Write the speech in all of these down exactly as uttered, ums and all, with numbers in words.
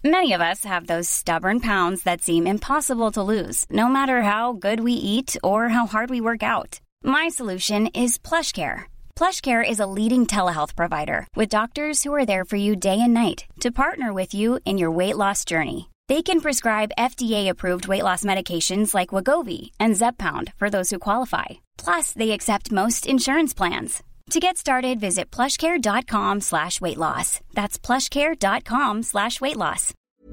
Many of us have those stubborn pounds that seem impossible to lose, no matter how good we eat or how hard we work out. My solution is PlushCare. PlushCare is a leading telehealth provider with doctors who are there for you day and night to partner with you in your weight loss journey. They can prescribe F D A-approved weight loss medications like Wegovy and Zepbound for those who qualify. Plus, they accept most insurance plans. To get started, visit plushcare.com slash weight loss. That's plushcare.com slash weight loss.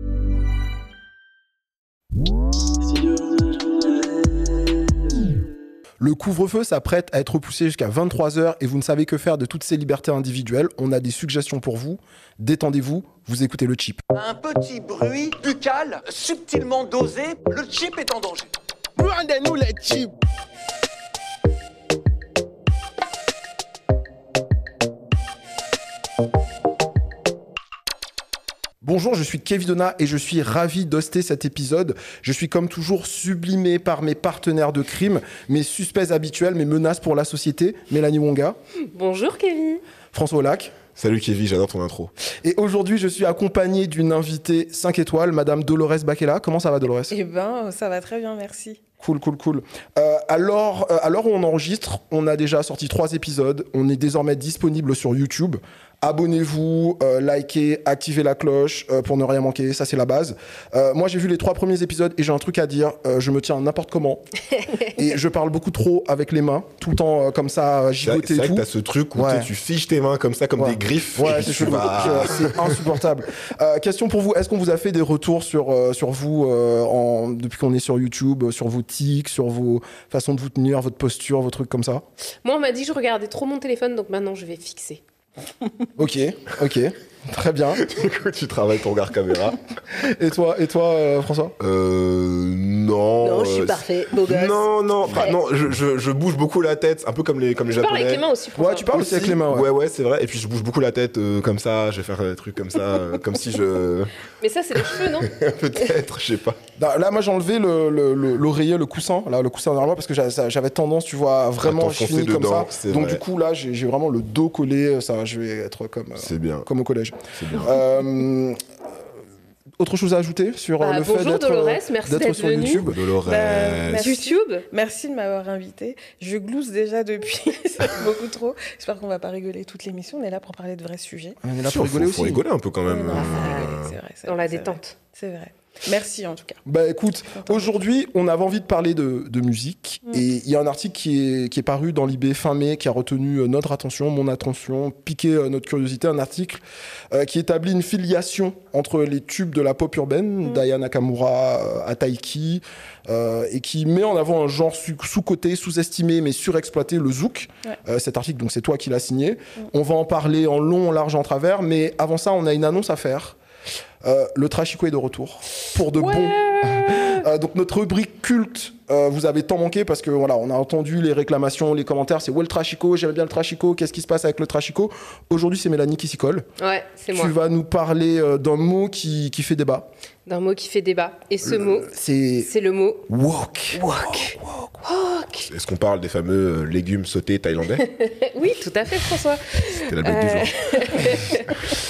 Le couvre-feu s'apprête à être repoussé jusqu'à vingt-trois heures et vous ne savez que faire de toutes ces libertés individuelles. On a des suggestions pour vous. Détendez-vous, vous écoutez le Chip. Un petit bruit buccal subtilement dosé, le chip est en danger. Rendez-nous les chips. Bonjour, je suis Kevin Donna et je suis ravi d'hoster cet épisode. Je suis comme toujours sublimé par mes partenaires de crime, mes suspects habituels, mes menaces pour la société. Mélanie Wonga. Bonjour Kevin. François Olac. Salut Kevin, j'adore ton intro. Et aujourd'hui, je suis accompagné d'une invitée cinq étoiles, Madame Dolores Baquela. Comment ça va, Dolores ? Eh ben, ça va très bien, merci. Cool, cool, cool. Euh, alors, euh, à l'heure où on enregistre, on a déjà sorti trois épisodes. On est désormais disponible sur YouTube. Abonnez-vous, euh, likez, activez la cloche euh, pour ne rien manquer, ça c'est la base. Euh, moi j'ai vu les trois premiers épisodes et j'ai un truc à dire, euh, je me tiens n'importe comment et je parle beaucoup trop avec les mains, tout le temps euh, comme ça, gigoter et tout. C'est vrai que t'as ce truc où ouais. tu fiches tes mains comme ça, comme ouais. des griffes. Ouais, c'est chelou, vas... c'est insupportable. Euh, question pour vous, est-ce qu'on vous a fait des retours sur, euh, sur vous euh, en... depuis qu'on est sur YouTube, sur vos tics, sur vos façons de vous tenir, votre posture, vos trucs comme ça ? Moi on m'a dit que je regardais trop mon téléphone, donc maintenant je vais fixer. Ok, ok, très bien. Du coup, tu travailles ton regard caméra. Et toi, et toi euh, François ? Euh. Non. Non, je suis euh, parfait, beau gosse. Non, non, enfin, non je, je, je bouge beaucoup la tête, un peu comme les, comme les tu Japonais. Tu parles avec les mains aussi, François. Ouais, tu parles aussi, aussi avec les mains, ouais. Ouais, ouais, c'est vrai. Et puis je bouge beaucoup la tête euh, comme ça, je vais faire des trucs comme ça, euh, comme si je. Mais ça, c'est les cheveux, non ? Peut-être, je sais pas. Là, moi, j'ai enlevé le, le, le, l'oreiller, le coussin, là, le coussin derrière moi, parce que j'avais, j'avais tendance, tu vois, à vraiment finir comme dedans, ça. Donc, vrai. du coup, là, j'ai, j'ai vraiment le dos collé, ça, je vais être comme, c'est bien. comme au collège. C'est bien. Euh, autre chose à ajouter sur bah, le fait d'être, Dolores, merci d'être d'être sur venue. YouTube. Dolores. Bah, merci. YouTube. Merci de m'avoir invité. Je glousse déjà depuis, c'est beaucoup trop. J'espère qu'on va pas rigoler toute l'émission. On est là pour parler de vrais sujets. On est là pour rigoler faut, aussi. Faut rigoler un peu quand même. Ouais, non, faut rigoler, c'est vrai. C'est Dans vrai, la c'est détente. Vrai. C'est vrai. Merci en tout cas. Bah écoute, aujourd'hui, on avait envie de parler de, de musique mmh. et il y a un article qui est, qui est paru dans l'I B fin mai qui a retenu notre attention, mon attention, piqué notre curiosité. Un article euh, qui établit une filiation entre les tubes de la pop urbaine, mmh. d'Aya Nakamura euh, à Taiki, euh, et qui met en avant un genre sous-coté, sous-estimé mais surexploité, le zouk. Ouais. Euh, cet article, donc c'est toi qui l'as signé. Mmh. On va en parler en long, en large, en travers, mais avant ça, on a une annonce à faire. Euh, le Trashiko est de retour pour de ouais bon. euh, donc notre rubrique culte, euh, vous avez tant manqué parce que voilà, on a entendu les réclamations, les commentaires. C'est ouais le Trashiko, j'aime bien le Trashiko. Qu'est-ce qui se passe avec le Trashiko ? Aujourd'hui, c'est Mélanie qui s'y colle. Ouais, c'est tu moi. Tu vas nous parler euh, d'un mot qui qui fait débat. D'un mot qui fait débat. Et ce le, mot, c'est c'est le mot wok. Wok. Wok. Est-ce qu'on parle des fameux euh, légumes sautés thaïlandais ? Oui, tout à fait, François. C'était la blague euh... du jour.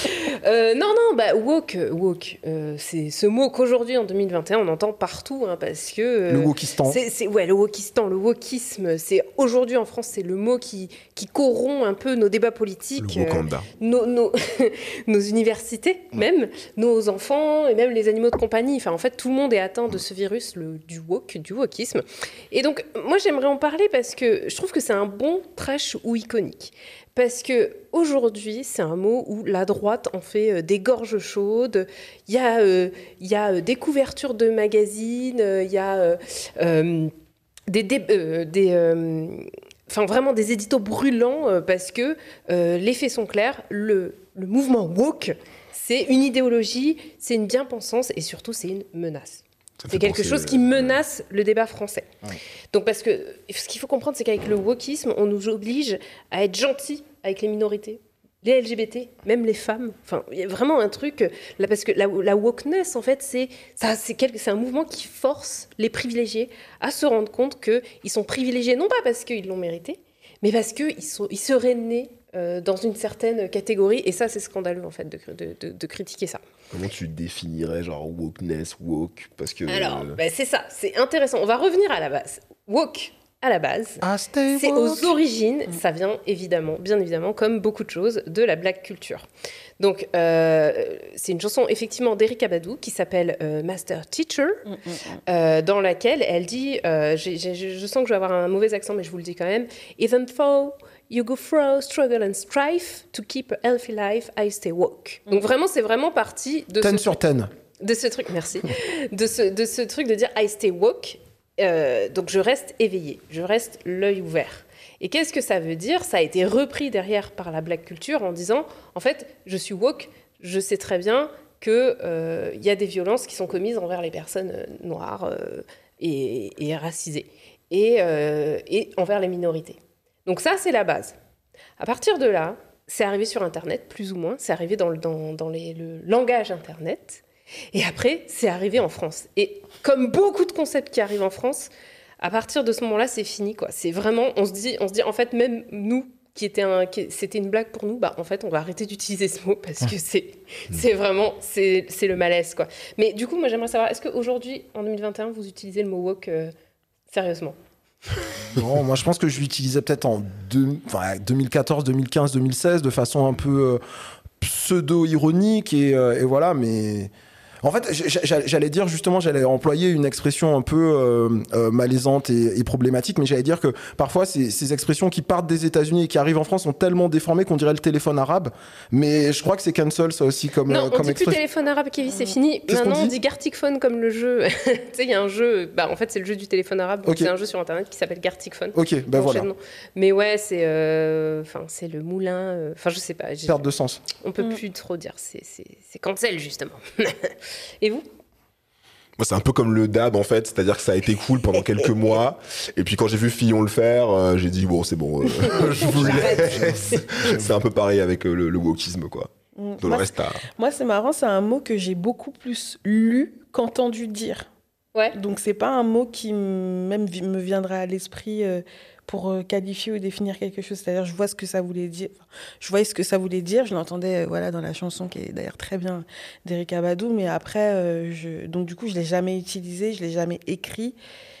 Euh, non, non, bah, woke, woke euh, c'est ce mot qu'aujourd'hui, en deux mille vingt et un, on entend partout, hein, parce que... Euh, le wokistan. C'est, c'est, ouais, le wokistan, le wokisme, c'est, aujourd'hui en France, c'est le mot qui, qui corrompt un peu nos débats politiques. Le Wakanda. Euh, nos, nos, nos universités, même, nos enfants, et même les animaux de compagnie. Enfin, en fait, tout le monde est atteint de ce virus, le, du woke, du wokisme. Et donc, moi, j'aimerais en parler parce que je trouve que c'est un bon trash ou iconique. Parce que aujourd'hui, c'est un mot où la droite en fait euh, des gorges chaudes. Il y a, euh, y a euh, des couvertures de magazines. Il euh, y a euh, euh, des, dé- euh, des euh, enfin vraiment des éditos brûlants euh, parce que euh, les faits sont clairs. Le, le mouvement woke, c'est une idéologie, c'est une bien-pensance et surtout c'est une menace. C'est quelque penser, chose qui menace le débat français. Ouais. Donc parce que ce qu'il faut comprendre, c'est qu'avec le wokisme, on nous oblige à être gentils avec les minorités, les L G B T, même les femmes. Enfin, il y a vraiment un truc là parce que la, la wokeness, en fait, c'est ça, c'est, quelque, c'est un mouvement qui force les privilégiés à se rendre compte qu'ils sont privilégiés non pas parce qu'ils l'ont mérité, mais parce qu'ils sont, ils seraient nés euh, dans une certaine catégorie, et ça, c'est scandaleux, en fait, de, de, de, de critiquer ça. Comment tu définirais, genre, wokeness, woke? Parce que... Alors, bah, c'est ça, c'est intéressant. On va revenir à la base. Woke, à la base, c'est aux origines, ça vient évidemment, bien évidemment, comme beaucoup de choses, de la black culture. Donc, euh, c'est une chanson, effectivement, d'Erykah Badu, qui s'appelle euh, Master Teacher, mm, mm, euh, dans laquelle elle dit, euh, j'ai, j'ai, je sens que je vais avoir un mauvais accent, mais je vous le dis quand même, « Even though you go through struggle and strife, to keep a healthy life, I stay woke. » Donc vraiment, c'est vraiment parti de ten ce sur ten. De ce truc, merci. de, ce, de ce truc de dire « I stay woke ». Euh, donc je reste éveillée, je reste l'œil ouvert. Et qu'est-ce que ça veut dire? Ça a été repris derrière par la black culture en disant, en fait, je suis woke, je sais très bien qu'il euh, y a des violences qui sont commises envers les personnes noires euh, et, et racisées, et, euh, et envers les minorités. Donc ça, c'est la base. À partir de là, c'est arrivé sur Internet, plus ou moins, c'est arrivé dans, le, dans, dans les, le langage Internet. Et après, c'est arrivé en France. Et comme beaucoup de concepts qui arrivent en France, à partir de ce moment-là, c'est fini, quoi. C'est vraiment, on se dit, on se dit, en fait, même nous, qui était un, qui, c'était une blague pour nous, bah, en fait, on va arrêter d'utiliser ce mot parce que c'est, c'est vraiment, c'est, c'est le malaise, quoi. Mais du coup, moi, j'aimerais savoir, est-ce qu'aujourd'hui, en deux mille vingt et un, vous utilisez le mot woke euh, sérieusement? Non, moi je pense que je l'utilisais peut-être en deux, enfin, deux mille quatorze, deux mille quinze, deux mille seize de façon un peu euh, pseudo-ironique et, euh, et voilà, mais en fait j'allais dire justement, j'allais employer une expression un peu euh, euh, malaisante et, et problématique, mais j'allais dire que parfois ces, ces expressions qui partent des États-Unis et qui arrivent en France sont tellement déformées qu'on dirait le téléphone arabe, mais je crois que c'est cancel ça aussi comme non, euh, comme on dit expression. Plus téléphone arabe, Kevin, c'est fini. Qu'est-ce Maintenant qu'on dit on dit Gartic Phone comme le jeu. Tu sais, il y a un jeu, bah en fait c'est le jeu du téléphone arabe, donc okay. C'est un jeu sur internet qui s'appelle Gartic Phone. Ok, ben voilà. Mais ouais, c'est, enfin euh, c'est le moulin. Enfin euh, je sais pas. Perte de sens. On peut mm. plus trop dire. C'est c'est c'est cancel justement. Et vous? Moi, c'est un peu comme le dab, en fait. C'est-à-dire que ça a été cool pendant quelques mois. Et puis, quand j'ai vu Fillon le faire, euh, j'ai dit, bon, c'est bon, euh, je vous laisse. C'est un peu pareil avec euh, le, le wokisme, quoi. Mmh. De moi, le reste à... moi, c'est marrant, c'est un mot que j'ai beaucoup plus lu qu'entendu dire. Ouais. Donc, c'est pas un mot qui m- même vi- me viendrait à l'esprit euh, pour euh, qualifier ou définir quelque chose. C'est-à-dire, je vois ce que ça voulait dire. Enfin, je voyais ce que ça voulait dire. Je l'entendais euh, voilà, dans la chanson qui est d'ailleurs très bien d'Erykah Badu. Mais après, euh, je... donc du coup, je l'ai jamais utilisé, je l'ai jamais écrit.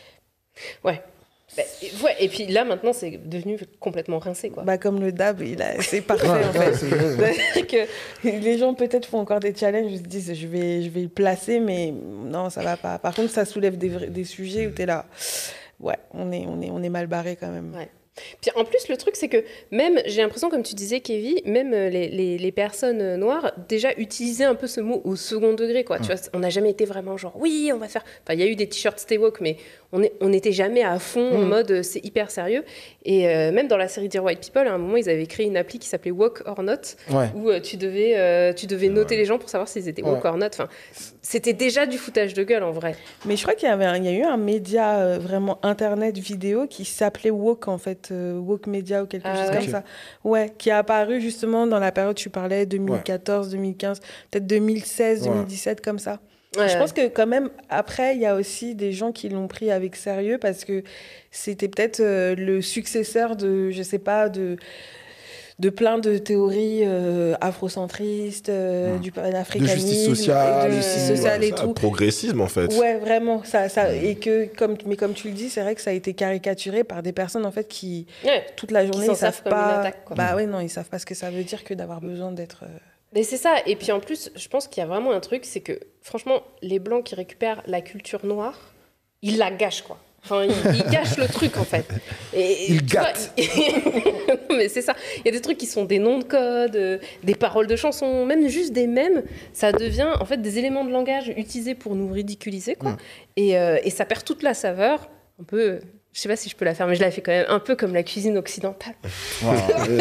Ouais. Bah, et, ouais, et puis là, maintenant, c'est devenu complètement rincé, quoi. Bah, comme le dab, il a, c'est parfait, ouais, en fait. C'est-à-dire que les gens, peut-être, font encore des challenges, ils se disent, je vais, je vais le placer, mais non, ça va pas. Par contre, ça soulève des, des sujets où t'es là, ouais, on est, on est, on est mal barré quand même. Ouais. Puis en plus, le truc, c'est que même, j'ai l'impression, comme tu disais, Kevin, même les, les, les personnes noires, déjà utilisaient un peu ce mot au second degré, quoi. Mmh. Tu vois, on n'a jamais été vraiment genre, oui, on va faire... Enfin, il y a eu des t-shirts Stay Woke, mais on n'était on jamais à fond, mmh. en mode, c'est hyper sérieux. Et euh, même dans la série Dear White People, à un moment, ils avaient créé une appli qui s'appelait Woke or Not, ouais. où euh, tu devais, euh, tu devais noter ouais. les gens pour savoir s'ils étaient woke ouais. or not. Enfin, c'était déjà du foutage de gueule, en vrai. Mais je crois qu'il y avait un, il y a eu un média euh, vraiment internet vidéo qui s'appelait Woke, en fait, euh, Woke Media ou quelque ah, chose okay. comme ça. Ouais, qui a apparu justement dans la période, tu parlais, deux mille quatorze, ouais. deux mille quinze, peut-être deux mille seize, ouais. deux mille dix-sept, comme ça. Ouais, je ouais. pense que quand même, après, il y a aussi des gens qui l'ont pris avec sérieux parce que c'était peut-être euh, le successeur de, je sais pas, de... de plein de théories euh, afrocentristes, euh, mmh. du panafricanisme, de justice sociale, et, de justice sociale ouais, et ça, tout. Progressisme en fait. Ouais, vraiment. Ça, ça, mmh. et que, comme, mais comme tu le dis, c'est vrai que ça a été caricaturé par des personnes en fait qui ouais. toute la journée ils savent pas. Attaque, quoi. Bah mmh. ouais, non, ils savent pas ce que ça veut dire que d'avoir besoin d'être. Euh... Mais c'est ça. Et puis en plus, je pense qu'il y a vraiment un truc, c'est que franchement, les blancs qui récupèrent la culture noire, ils la gâchent, quoi. Enfin, ils, ils gâchent le truc, en fait. Et, ils gâtent. Vois, non, mais c'est ça. Il y a des trucs qui sont des noms de code, euh, des paroles de chansons, même juste des mèmes. Ça devient, en fait, des éléments de langage utilisés pour nous ridiculiser, quoi. Mm. Et, euh, et ça perd toute la saveur. Un peu... Je sais pas si je peux la faire, mais je la fais quand même un peu comme la cuisine occidentale. Wow.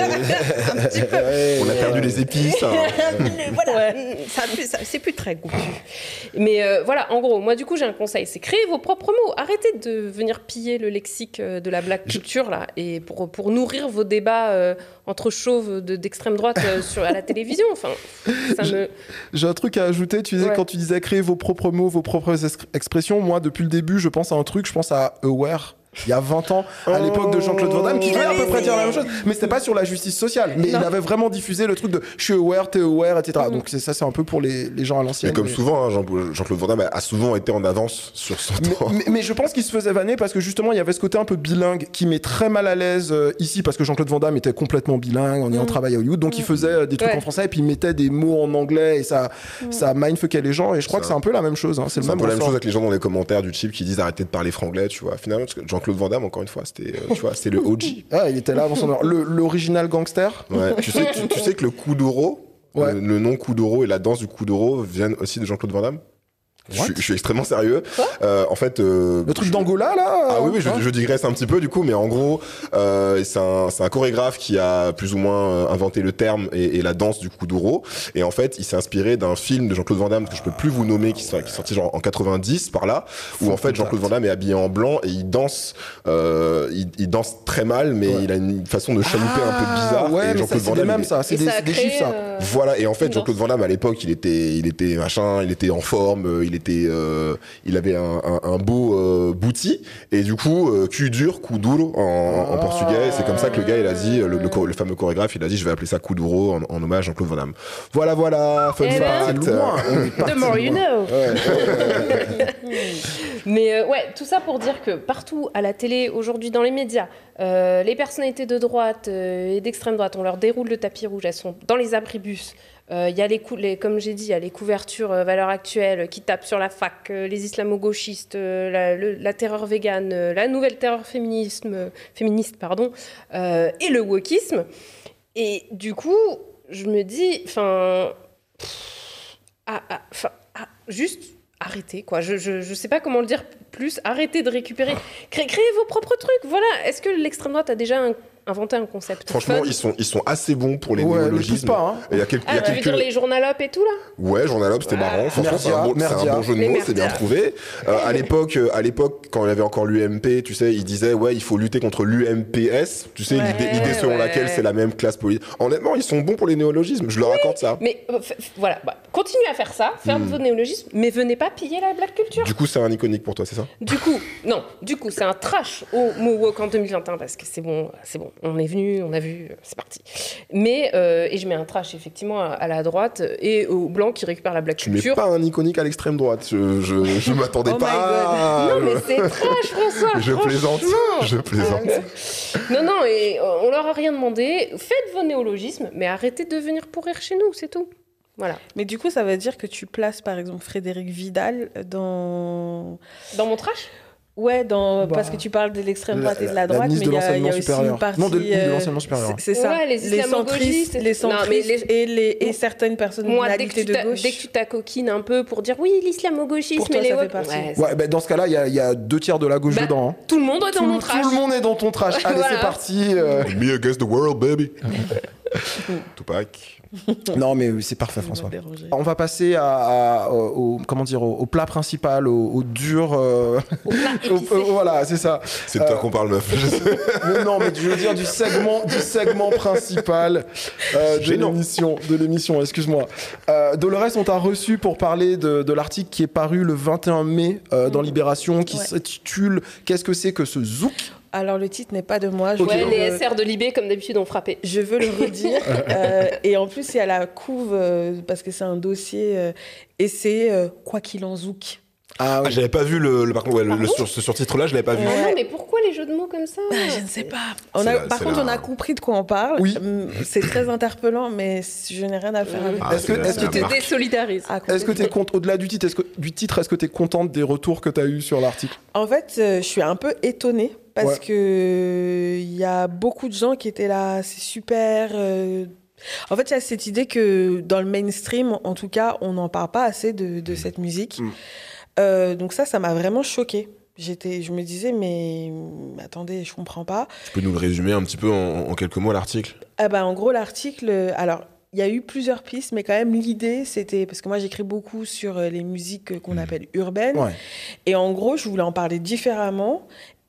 Un petit peu. On a perdu les épices. Hein. Voilà, ouais. ça, ça, c'est plus très goûtu. Mais euh, voilà, en gros, moi du coup j'ai un conseil, c'est créer vos propres mots. Arrêtez de venir piller le lexique de la black culture là, et pour pour nourrir vos débats euh, entre chauves de, d'extrême droite euh, sur à la télévision. Enfin, ça me. J'ai un truc à ajouter. Tu disais ouais. quand tu disais créer vos propres mots, vos propres expressions. Moi, depuis le début, je pense à un truc. Je pense à aware. il y a vingt ans, à l'époque de Jean-Claude Van Damme, qui voulait à peu près dire la même chose, mais c'était pas sur la justice sociale, mais non. il avait vraiment diffusé le truc de je suis aware, t'es aware, et cetera. Mmh. Donc c'est, ça, c'est un peu pour les, les gens à l'ancienne. Mais comme mais... souvent, hein, Jean- Jean-Claude Van Damme a souvent été en avance sur son mais, temps. Mais, mais je pense qu'il se faisait vanner parce que justement, il y avait ce côté un peu bilingue qui met très mal à l'aise euh, ici, parce que Jean-Claude Van Damme était complètement bilingue en ayant mmh. travaillé à Hollywood, donc mmh. il faisait euh, des trucs ouais. en français et puis il mettait des mots en anglais et ça, mmh. ça mindfuckait les gens, et je crois ça. que c'est un peu la même chose. Hein. C'est, c'est le un même peu la même chose avec les gens dans les commentaires du Chip qui disent arrêtez de parler franglais, tu vois. Finalement, parce que Jean-Claude Van Damme, encore une fois, c'était, euh, tu vois, c'est le O G. Ah, il était là avant son heure. Le, l'original gangster. Ouais. tu, sais, tu, tu sais que le Kuduro, ouais. le, le nom Kuduro et la danse du Kuduro viennent aussi de Jean-Claude Van Damme. Je suis, je suis extrêmement sérieux. Euh, en fait, euh, le truc je... d'Angola là. Ah oui, oui, je, je digresse un petit peu du coup, mais en gros, euh, c'est un, c'est un chorégraphe qui a plus ou moins inventé le terme et, et la danse du Kuduro. Et en fait, il s'est inspiré d'un film de Jean-Claude Van Damme que je peux plus vous nommer, qui, qui est sorti genre en quatre-vingt-dix par là, où en fait Jean-Claude Van Damme est habillé en blanc et il danse, euh, il, il danse très mal, mais ouais. il a une façon de chalouper ah, un peu bizarre. Ouais, et Jean-Claude Van Damme, c'est, même, ça, c'est, des, ça c'est des chiffres ça. Euh... Voilà, et en fait Jean-Claude Van Damme à l'époque, il était, il était machin, il était en forme, il était euh, il avait un, un, un beau euh, bouti, et du coup, euh, cul dur, kuduro en, en, en portugais, et c'est comme ça que le gars, il a dit, le, le, le fameux chorégraphe, il a dit, je vais appeler ça kuduro en, en hommage à Jean-Claude Van Damme. Voilà, voilà, fun eh fact. Ben, the more you know. Ouais. Mais euh, ouais, tout ça pour dire que partout à la télé, aujourd'hui dans les médias, euh, les personnalités de droite euh, et d'extrême droite, on leur déroule le tapis rouge, elles sont dans les abribus. Il euh, y a les, cou- les, comme j'ai dit, il y a les couvertures euh, valeurs actuelles qui tapent sur la fac, euh, les islamo-gauchistes, euh, la, le, la terreur végane, euh, la nouvelle terreur féminisme, euh, féministe, pardon, euh, et le wokisme. Et du coup, je me dis, enfin, ah, ah, ah, juste arrêtez, quoi. Je, je, je sais pas comment le dire plus. Arrêtez de récupérer, Cré- créez vos propres trucs. Voilà. Est-ce que l'extrême droite a déjà un inventer un concept. Franchement, fun. ils sont, ils sont assez bons pour les ouais, néologismes. Pas, hein. Il y a quelques, ah, il y a tu quelques... veux dire les journalopes et tout, là ? Ouais, journalopes, c'était voilà. marrant. Franchement, Merdia, c'est, un bon, c'est un bon jeu de mots, c'est bien trouvé. Euh, à l'époque, à l'époque, quand il y avait encore l'U M P, tu sais, ils disaient, ouais, il faut lutter contre l'U M P S. Tu sais, ouais, l'idée, l'idée selon ouais. laquelle c'est la même classe politique. Honnêtement, ils sont bons pour les néologismes. Je leur oui, accorde ça. Mais euh, f- voilà, bah, continuez à faire ça, faire hmm. vos néologismes, mais venez pas piller la black culture. Du coup, c'est un iconique pour toi, c'est ça ? Du coup, non. Du coup, c'est un trash au mot woke en deux mille vingt et un parce que c'est bon, c'est bon. On est venu, on a vu, c'est parti. Mais, euh, et je mets un trash effectivement à, à la droite et aux blancs qui récupèrent la black tu culture. Tu mets pas un iconique à l'extrême droite, je, je, je m'attendais oh pas. Non mais c'est trash François. Je plaisante, je plaisante. Ah, non non, et euh, on leur a rien demandé. Faites vos néologismes, mais arrêtez de venir pourrir chez nous, c'est tout. Voilà. Mais du coup, ça veut dire que tu places par exemple Frédérique Vidal dans dans mon trash. Ouais, dans, bah, parce que tu parles de l'extrême droite et de la droite, mais il y a, y a aussi une partie... Non, de, euh, de l'enseignement supérieur. C'est, c'est ça, ouais, les, les centristes, les centristes non, les... Et, les, et certaines personnalités de gauche. Dès que tu t'acoquines un peu pour dire oui, l'islamo-gauchisme et les... Toi, ça fait ouais, ouais, bah, dans ce cas-là, il y, y a deux tiers de la gauche bah, dedans. Hein. Tout le monde est dans tout, mon trash. Tout le monde est dans ton trash. Allez, voilà. C'est parti. Euh... Me against the world, baby. Tupac. Non mais c'est parfait François. On va passer à, à, au, comment dire, au, au plat principal, au, au dur. Euh... Au plat épicé. au, voilà, c'est ça. C'est de toi euh... qu'on parle, meuf. Mais non, mais je veux dire du segment, du segment principal euh, de l'émission, de l'émission. Excuse-moi. Euh, Dolores, on t'a reçu pour parler de, de l'article qui est paru le vingt et un mai euh, dans Libération, qui ouais. s'intitule "Qu'est-ce que c'est que ce zouk?" Alors, le titre n'est pas de moi. Je ouais, veux... les S R de Libé, comme d'habitude, ont frappé. Je veux le redire. euh, et en plus, il y a la couve, euh, parce que c'est un dossier, euh, et c'est euh, « Quoi qu'il en zouk ». Ah, oui. ah, j'avais pas vu le, le par contre ouais, le, le sur, ce surtitre-là, je l'avais pas vu. Ah non, mais pourquoi les jeux de mots comme ça ? Bah, je ne sais pas. On a, la, par contre, la... on a compris de quoi on parle. Oui. C'est très interpellant, mais je n'ai rien à faire avec. Ah, est-ce que, est-ce que tu te désolidarises ? Est-ce que tu es content, au-delà du titre, est-ce que, du titre, est-ce que tu es contente des retours que tu as eus sur l'article ? En fait, euh, je suis un peu étonnée parce ouais. que il y a beaucoup de gens qui étaient là, c'est super. Euh... En fait, il y a cette idée que dans le mainstream, en tout cas, on n'en parle pas assez de, de cette musique. Mm. Euh, donc ça, ça m'a vraiment choquée. J'étais, je me disais, mais attendez, je comprends pas. Tu peux nous le résumer un petit peu en, en quelques mots, l'article ? Ah bah, en gros, l'article... Alors, il y a eu plusieurs pistes, mais quand même, l'idée, c'était... Parce que moi, j'écris beaucoup sur les musiques qu'on appelle urbaines. Ouais. Et en gros, je voulais en parler différemment.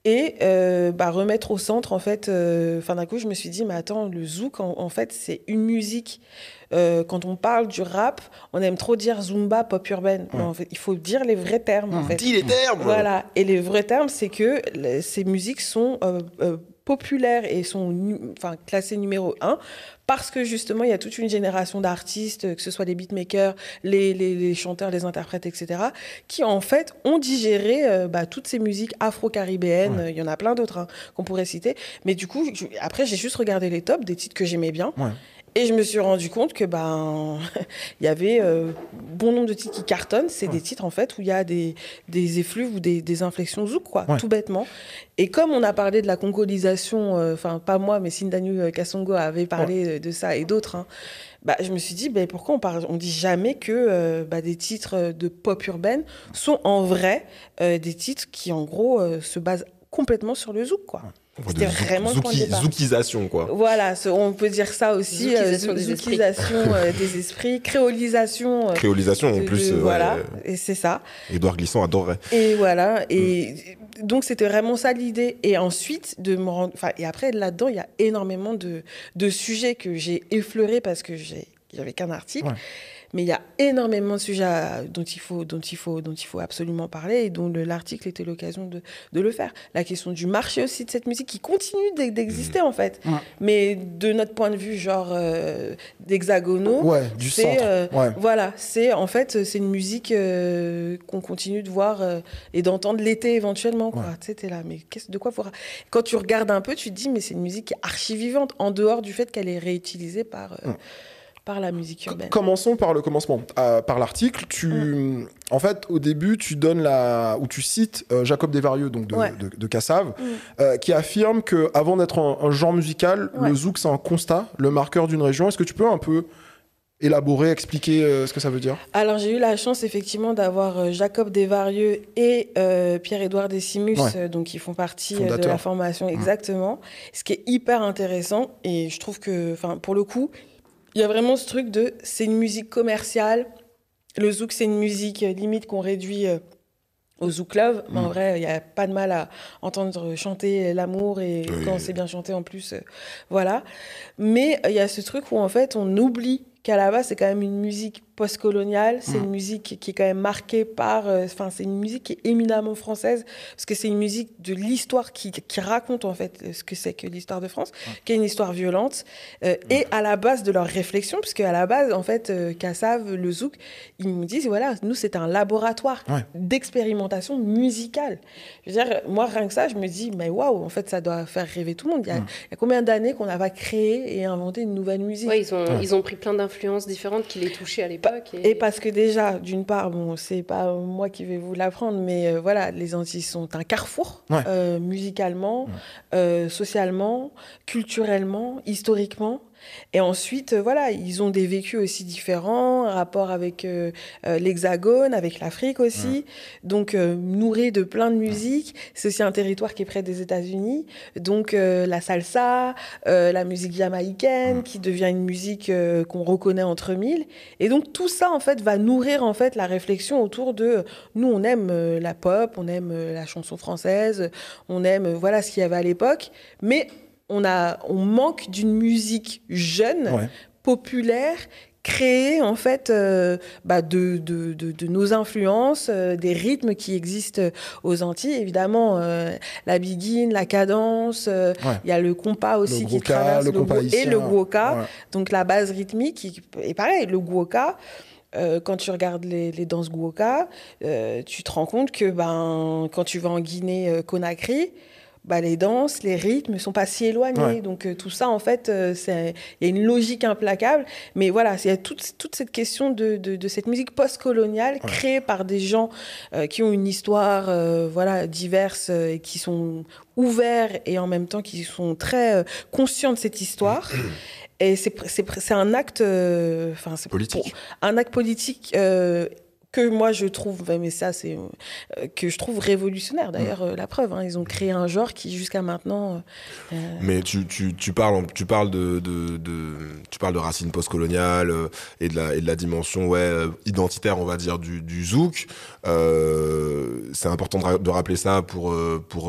et euh, bah, remettre au centre, en fait, euh, enfin, d'un coup, je me suis dit, mais attends, le zouk, en, en fait, c'est une musique. Euh, quand on parle du rap, on aime trop dire Zumba, pop urbaine. Ouais. Mais en fait, il faut dire les vrais termes, en fait. Dis les termes. Voilà. Et les vrais termes, c'est que les, ces musiques sont euh, euh, populaires et sont enfin, classées numéro un parce que justement, il y a toute une génération d'artistes, que ce soit les beatmakers, les, les, les chanteurs, les interprètes, et cetera, qui en fait ont digéré euh, bah, toutes ces musiques afro-caribéennes. Ouais. Il y en a plein d'autres hein, qu'on pourrait citer. Mais du coup, je, après, j'ai juste regardé les tops des titres que j'aimais bien. Ouais. Et je me suis rendu compte que ben il y avait euh, bon nombre de titres qui cartonnent. C'est ouais. des titres en fait où il y a des, des effluves ou des, des inflexions zouk, quoi, ouais. tout bêtement. Et comme on a parlé de la congolisation, enfin euh, pas moi, mais Sindanu Kasongo avait parlé ouais. de ça et d'autres. Hein, bah, je me suis dit, bah, pourquoi on parle, on dit jamais que euh, bah, des titres de pop urbaine sont en vrai euh, des titres qui en gros euh, se basent complètement sur le zouk, quoi. C'était zouk, vraiment le point de départ. Zoukisation, quoi. Voilà, on peut dire ça aussi. Zoukisation, euh, des, zoukisation esprits. Euh, des esprits. Créolisation. Euh, Créolisation, en plus. De, euh, voilà, ouais. et c'est ça. Édouard Glissant adorerait. Et voilà, et mm. donc c'était vraiment ça l'idée. Et ensuite, de me rendre... Enfin, et après, là-dedans, il y a énormément de, de sujets que j'ai effleurés parce que j'ai... j'avais qu'un article. Ouais. Mais il y a énormément de sujets à, dont, il faut, dont, il faut, dont il faut absolument parler et dont le, l'article était l'occasion de, de le faire. La question du marché aussi de cette musique qui continue d'exister, mmh. en fait. Ouais. Mais de notre point de vue, genre euh, d'hexagonaux, ouais, du c'est, centre. Euh, ouais. Voilà, c'est en fait, c'est une musique euh, qu'on continue de voir euh, et d'entendre l'été éventuellement. Quoi. Ouais. Tu sais, t'es là, mais qu'est-ce, de quoi faut... Quand tu regardes un peu, tu te dis, mais c'est une musique qui est archi-vivante, en dehors du fait qu'elle est réutilisée par... Euh, mmh. par la musique urbaine. Commençons par le commencement, euh, par l'article. Tu, mmh. En fait, au début, tu donnes la, ou tu cites euh, Jacob Desvarieux, donc de, ouais. de, de, de Kassav, mmh. euh, qui affirme que avant d'être un, un genre musical, ouais. le zouk c'est un constat, le marqueur d'une région. Est-ce que tu peux un peu élaborer, expliquer euh, ce que ça veut dire ? Alors j'ai eu la chance effectivement d'avoir euh, Jacob Desvarieux et euh, Pierre-Édouard Decimus, ouais. euh, donc qui font partie euh, de la formation mmh. exactement. Ce qui est hyper intéressant et je trouve que, enfin, pour le coup. Il y a vraiment ce truc de, c'est une musique commerciale. Le zouk, c'est une musique euh, limite qu'on réduit euh, au zouk love. Mais mmh. en vrai, il n'y a pas de mal à entendre chanter l'amour et oui. quand c'est bien chanté en plus, euh, voilà. Mais il euh, y a ce truc où en fait, on oublie qu'à la base, c'est quand même une musique post-coloniale, c'est mmh. une musique qui est quand même marquée par... Enfin, euh, c'est une musique qui est éminemment française, parce que c'est une musique de l'histoire qui, qui raconte, en fait, ce que c'est que l'histoire de France, mmh. qui est une histoire violente, euh, mmh. et à la base de leur réflexion, parce qu'à la base, en fait, euh, Kassav, le zouk, ils me disent, voilà, nous, c'est un laboratoire ouais. d'expérimentation musicale. Je veux dire, moi, rien que ça, je me dis, mais waouh, en fait, ça doit faire rêver tout le monde. Il y a, mmh. il y a combien d'années qu'on n'a pas créé et inventé une nouvelle musique ? Ouais, ils ont, ouais. ils ont pris plein d'influences différentes qui les touchaient à l'époque. Et... et parce que déjà, d'une part, bon, c'est pas moi qui vais vous l'apprendre, mais euh, voilà, les Antilles sont un carrefour, ouais. euh, musicalement, ouais. euh, socialement, culturellement, historiquement. Et ensuite, euh, voilà, ils ont des vécus aussi différents, un rapport avec euh, euh, l'Hexagone, avec l'Afrique aussi. Ouais. Donc, euh, nourri de plein de musique. C'est aussi un territoire qui est près des États-Unis. Donc, euh, la salsa, euh, la musique jamaïcaine, ouais. qui devient une musique euh, qu'on reconnaît entre mille. Et donc, tout ça, en fait, va nourrir, en fait, la réflexion autour de... Nous, on aime euh, la pop, on aime euh, la chanson française, on aime, euh, voilà, ce qu'il y avait à l'époque. Mais... On, a, on manque d'une musique jeune, ouais. populaire, créée en fait euh, bah de, de, de, de nos influences, euh, des rythmes qui existent aux Antilles. Évidemment, euh, la biguine, la cadence, il euh, ouais. y a le compas aussi le qui gwoka, traverse le le compas gwo- et le gwoka, ouais. donc la base rythmique. Qui, et pareil, le gwoka. Euh, quand tu regardes les, les danses gwoka, euh, tu te rends compte que ben, quand tu vas en Guinée-Conakry, bah, les danses, les rythmes ne sont pas si éloignés. Ouais. Donc, euh, tout ça, en fait, euh, il y a une logique implacable. Mais voilà, il y a toute, toute cette question de, de, de cette musique post-coloniale ouais. créée par des gens euh, qui ont une histoire euh, voilà, diverse euh, et qui sont ouverts et en même temps qui sont très euh, conscients de cette histoire. Et c'est, c'est, c'est un acte... Euh, c'est politique. Pour, un acte politique... Euh, que moi je trouve, mais ça c'est euh, que je trouve révolutionnaire. D'ailleurs, euh, la preuve, hein, ils ont créé un genre qui jusqu'à maintenant. Euh... Mais tu tu tu parles tu parles de de, de tu parles de racines postcoloniales euh, et de la et de la dimension ouais euh, identitaire, on va dire du du zouk. Euh, c'est important de, ra- de rappeler ça pour euh, pour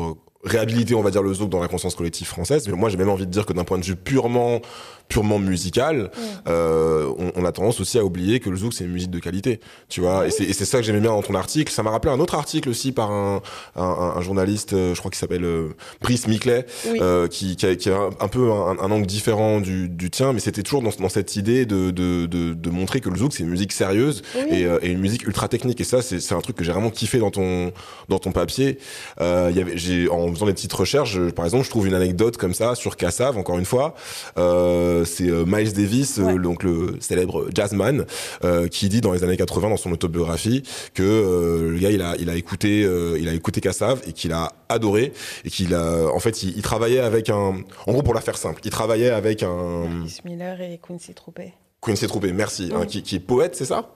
réhabiliter, on va dire, le zouk dans la conscience collective française. Mais moi, j'ai même envie de dire que d'un point de vue purement, purement musical, mmh. euh, on, on a tendance aussi à oublier que le zouk, c'est une musique de qualité, tu vois. Mmh. Et, c'est, et c'est ça que j'aimais bien dans ton article. Ça m'a rappelé un autre article aussi par un, un, un journaliste, je crois qu'il s'appelle euh, Brice Miclet, oui. euh, qui, qui, a, qui a un, un peu un, un angle différent du, du tien, mais c'était toujours dans, dans cette idée de, de, de, de montrer que le zouk, c'est une musique sérieuse oui. et, euh, et une musique ultra technique. Et ça, c'est, c'est un truc que j'ai vraiment kiffé dans ton, dans ton papier. Euh, y avait, j'ai, en faisant des petites recherches, je, par exemple, je trouve une anecdote comme ça sur Kassav, encore une fois. Euh, c'est euh, Miles Davis, ouais. euh, donc le célèbre jazzman, euh, qui dit dans les années quatre-vingts dans son autobiographie que euh, le gars il a il a écouté euh, il a écouté Kassav et qu'il a adoré et qu'il a en fait il, il travaillait avec un en gros pour la faire simple, il travaillait avec un Chris Miller et Quincy Troupé. Quincy Troupé, merci, mmh. hein, qui, qui est poète, c'est ça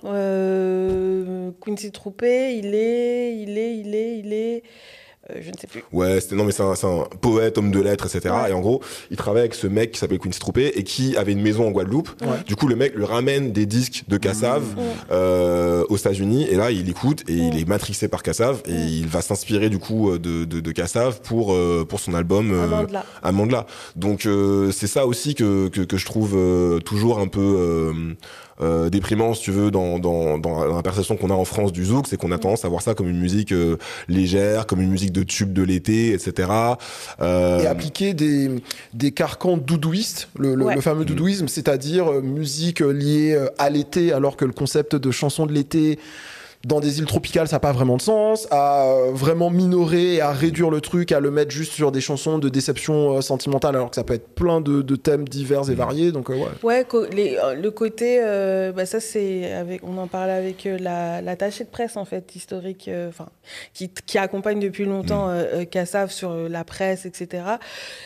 euh, Quincy Troupé, il est il est il est il est Euh, je ne sais plus. Ouais, c'était, non, mais c'est un, c'est un poète, homme de lettres, et cetera. Ouais. Et en gros, il travaillait avec ce mec qui s'appelle Quincy Troupé et qui avait une maison en Guadeloupe. Ouais. Du coup, le mec lui ramène des disques de Kassav mmh. euh, aux États-Unis. Et là, il écoute et mmh. il est matrixé par Kassav. Et mmh. il va s'inspirer du coup de, de, de Kassav pour, euh, pour son album euh, Amandla. Amandla. Donc, euh, c'est ça aussi que, que, que je trouve euh, toujours un peu... Euh, Euh, déprimant si tu veux dans, dans, dans la perception qu'on a en France du zouk, c'est qu'on a tendance à voir ça comme une musique euh, légère, comme une musique de tube de l'été, et cetera. Euh... Et appliquer des, des carcans doudouistes, le, le, ouais. le fameux doudouisme, mmh. c'est-à-dire euh, musique liée à l'été, alors que le concept de chanson de l'été dans des îles tropicales, ça n'a pas vraiment de sens, à vraiment minorer, à réduire le truc, à le mettre juste sur des chansons de déception euh, sentimentale, alors que ça peut être plein de, de thèmes divers et variés. Donc, euh, ouais, ouais co- les, le côté, euh, bah ça c'est, avec, on en parlait avec euh, la, l'attaché de presse en fait, historique, euh, qui, qui accompagne depuis longtemps euh, Kassav sur euh, la presse, et cetera.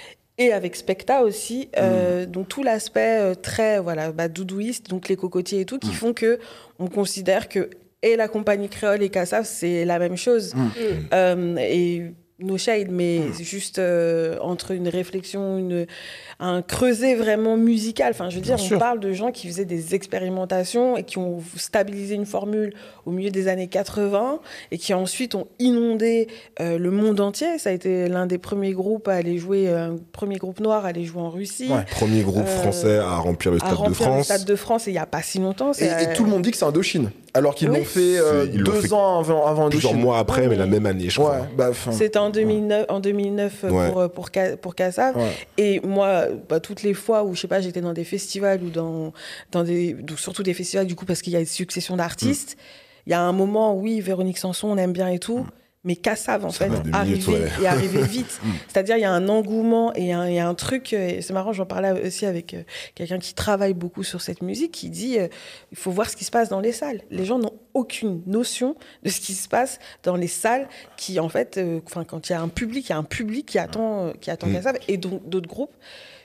Et avec Specta aussi, euh, mmh. donc tout l'aspect euh, très voilà, bah, doudouiste, donc les cocotiers et tout, qui mmh. font qu'on considère que et la compagnie créole et Kassav, c'est la même chose. Mmh. Euh, et no shade, mais mmh. c'est juste euh, entre une réflexion, une, un creuset vraiment musical. Enfin, je veux dire, Bien on sûr. parle de gens qui faisaient des expérimentations et qui ont stabilisé une formule au milieu des années quatre-vingts et qui ensuite ont inondé euh, le monde entier. Ça a été l'un des premiers groupes à aller jouer, un premier groupe noir à aller jouer en Russie. Ouais. Premier groupe euh, français à remplir le Stade remplir de France. le Stade de France, et il n'y a pas si longtemps. Et, et tout le monde dit que c'est Indochine. Alors qu'ils oui. l'ont fait euh, ils deux l'ont fait ans avant, avant Plusieurs Indochine. mois après, oui. mais la même année, je crois. Ouais, bah, C'était en deux mille neuf, ouais. en deux mille neuf ouais. pour, pour, pour Kassav. Ouais. Et moi, bah, toutes les fois où, je sais pas, j'étais dans des festivals ou dans, dans des, surtout des festivals, du coup, parce qu'il y a une succession d'artistes, il mm. y a un moment, oui, Véronique Sanson, on aime bien et tout. Mm. Mais Kassav, en ça fait, arrivait, ouais. et arrivait vite. mm. C'est-à-dire, il y a un engouement et il y, y a un truc, et c'est marrant, j'en parlais aussi avec euh, quelqu'un qui travaille beaucoup sur cette musique, qui dit, euh, il faut voir ce qui se passe dans les salles. Les gens n'ont aucune notion de ce qui se passe dans les salles, qui, en fait, euh, quand il y a un public, il y a un public qui attend, euh, qui attend mm. Kassav, et donc d'autres groupes.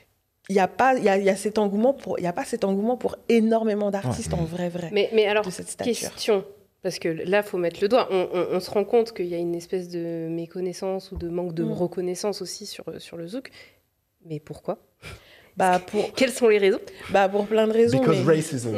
Il n'y a pas, il y a, il y a cet engouement pour, il y a pas cet engouement pour énormément d'artistes ouais. en vrai, vrai. Mais, mais alors, de cette stature. Question. Parce que là, il faut mettre le doigt. On, on, on se rend compte qu'il y a une espèce de méconnaissance ou de manque de mmh. reconnaissance aussi sur, sur le zouk. Mais pourquoi ? Bah pour... Quelles sont les raisons ? Bah pour plein de raisons. Because mais... racism.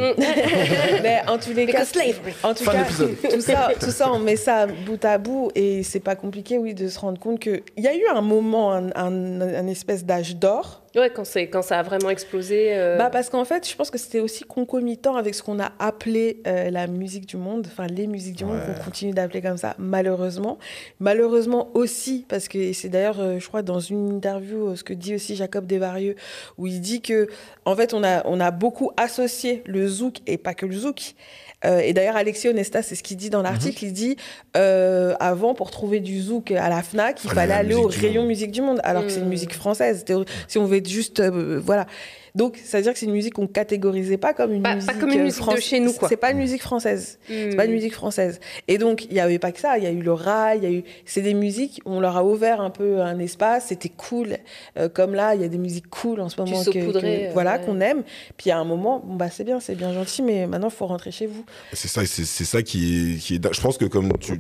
mais en tous les cas, slavery. En tout cas, tout ça, tout ça, on met ça bout à bout et c'est pas compliqué, oui, de se rendre compte que il y a eu un moment, un, un, un espèce d'âge d'or. Ouais, quand, c'est, quand ça a vraiment explosé. Euh... Bah parce qu'en fait, je pense que c'était aussi concomitant avec ce qu'on a appelé euh, la musique du monde, enfin les musiques du ouais. monde qu'on continue d'appeler comme ça, malheureusement. Malheureusement aussi, parce que et c'est d'ailleurs, euh, je crois, dans une interview, ce que dit aussi Jacob Desvarieux, où il dit que, en fait, on a, on a beaucoup associé le zouk, et pas que le zouk. Euh, et d'ailleurs, Alexis Onesta, c'est ce qu'il dit dans l'article. Mm-hmm. Il dit, euh, avant, pour trouver du zouk à la FNAC, il ah, fallait aller au rayon musique du monde, alors mmh. que c'est une musique française. Si on veut être juste... Euh, voilà. Donc, c'est-à-dire que c'est une musique qu'on ne catégorisait pas comme une pas, musique... Pas comme une musique France... de chez nous, quoi. C'est pas une musique française. Mmh. C'est pas une musique française. Et donc, il n'y avait pas que ça. Il y a eu le rail, il y a eu... C'est des musiques, on leur a ouvert un peu un espace, c'était cool. Euh, comme là, il y a des musiques cool en ce moment que, que, euh, voilà, ouais. qu'on aime. Puis, il y a un moment, bon, bah, c'est bien, c'est bien gentil, mais maintenant, il faut rentrer chez vous. C'est ça, c'est, c'est ça qui est, qui est... Je pense que comme tu...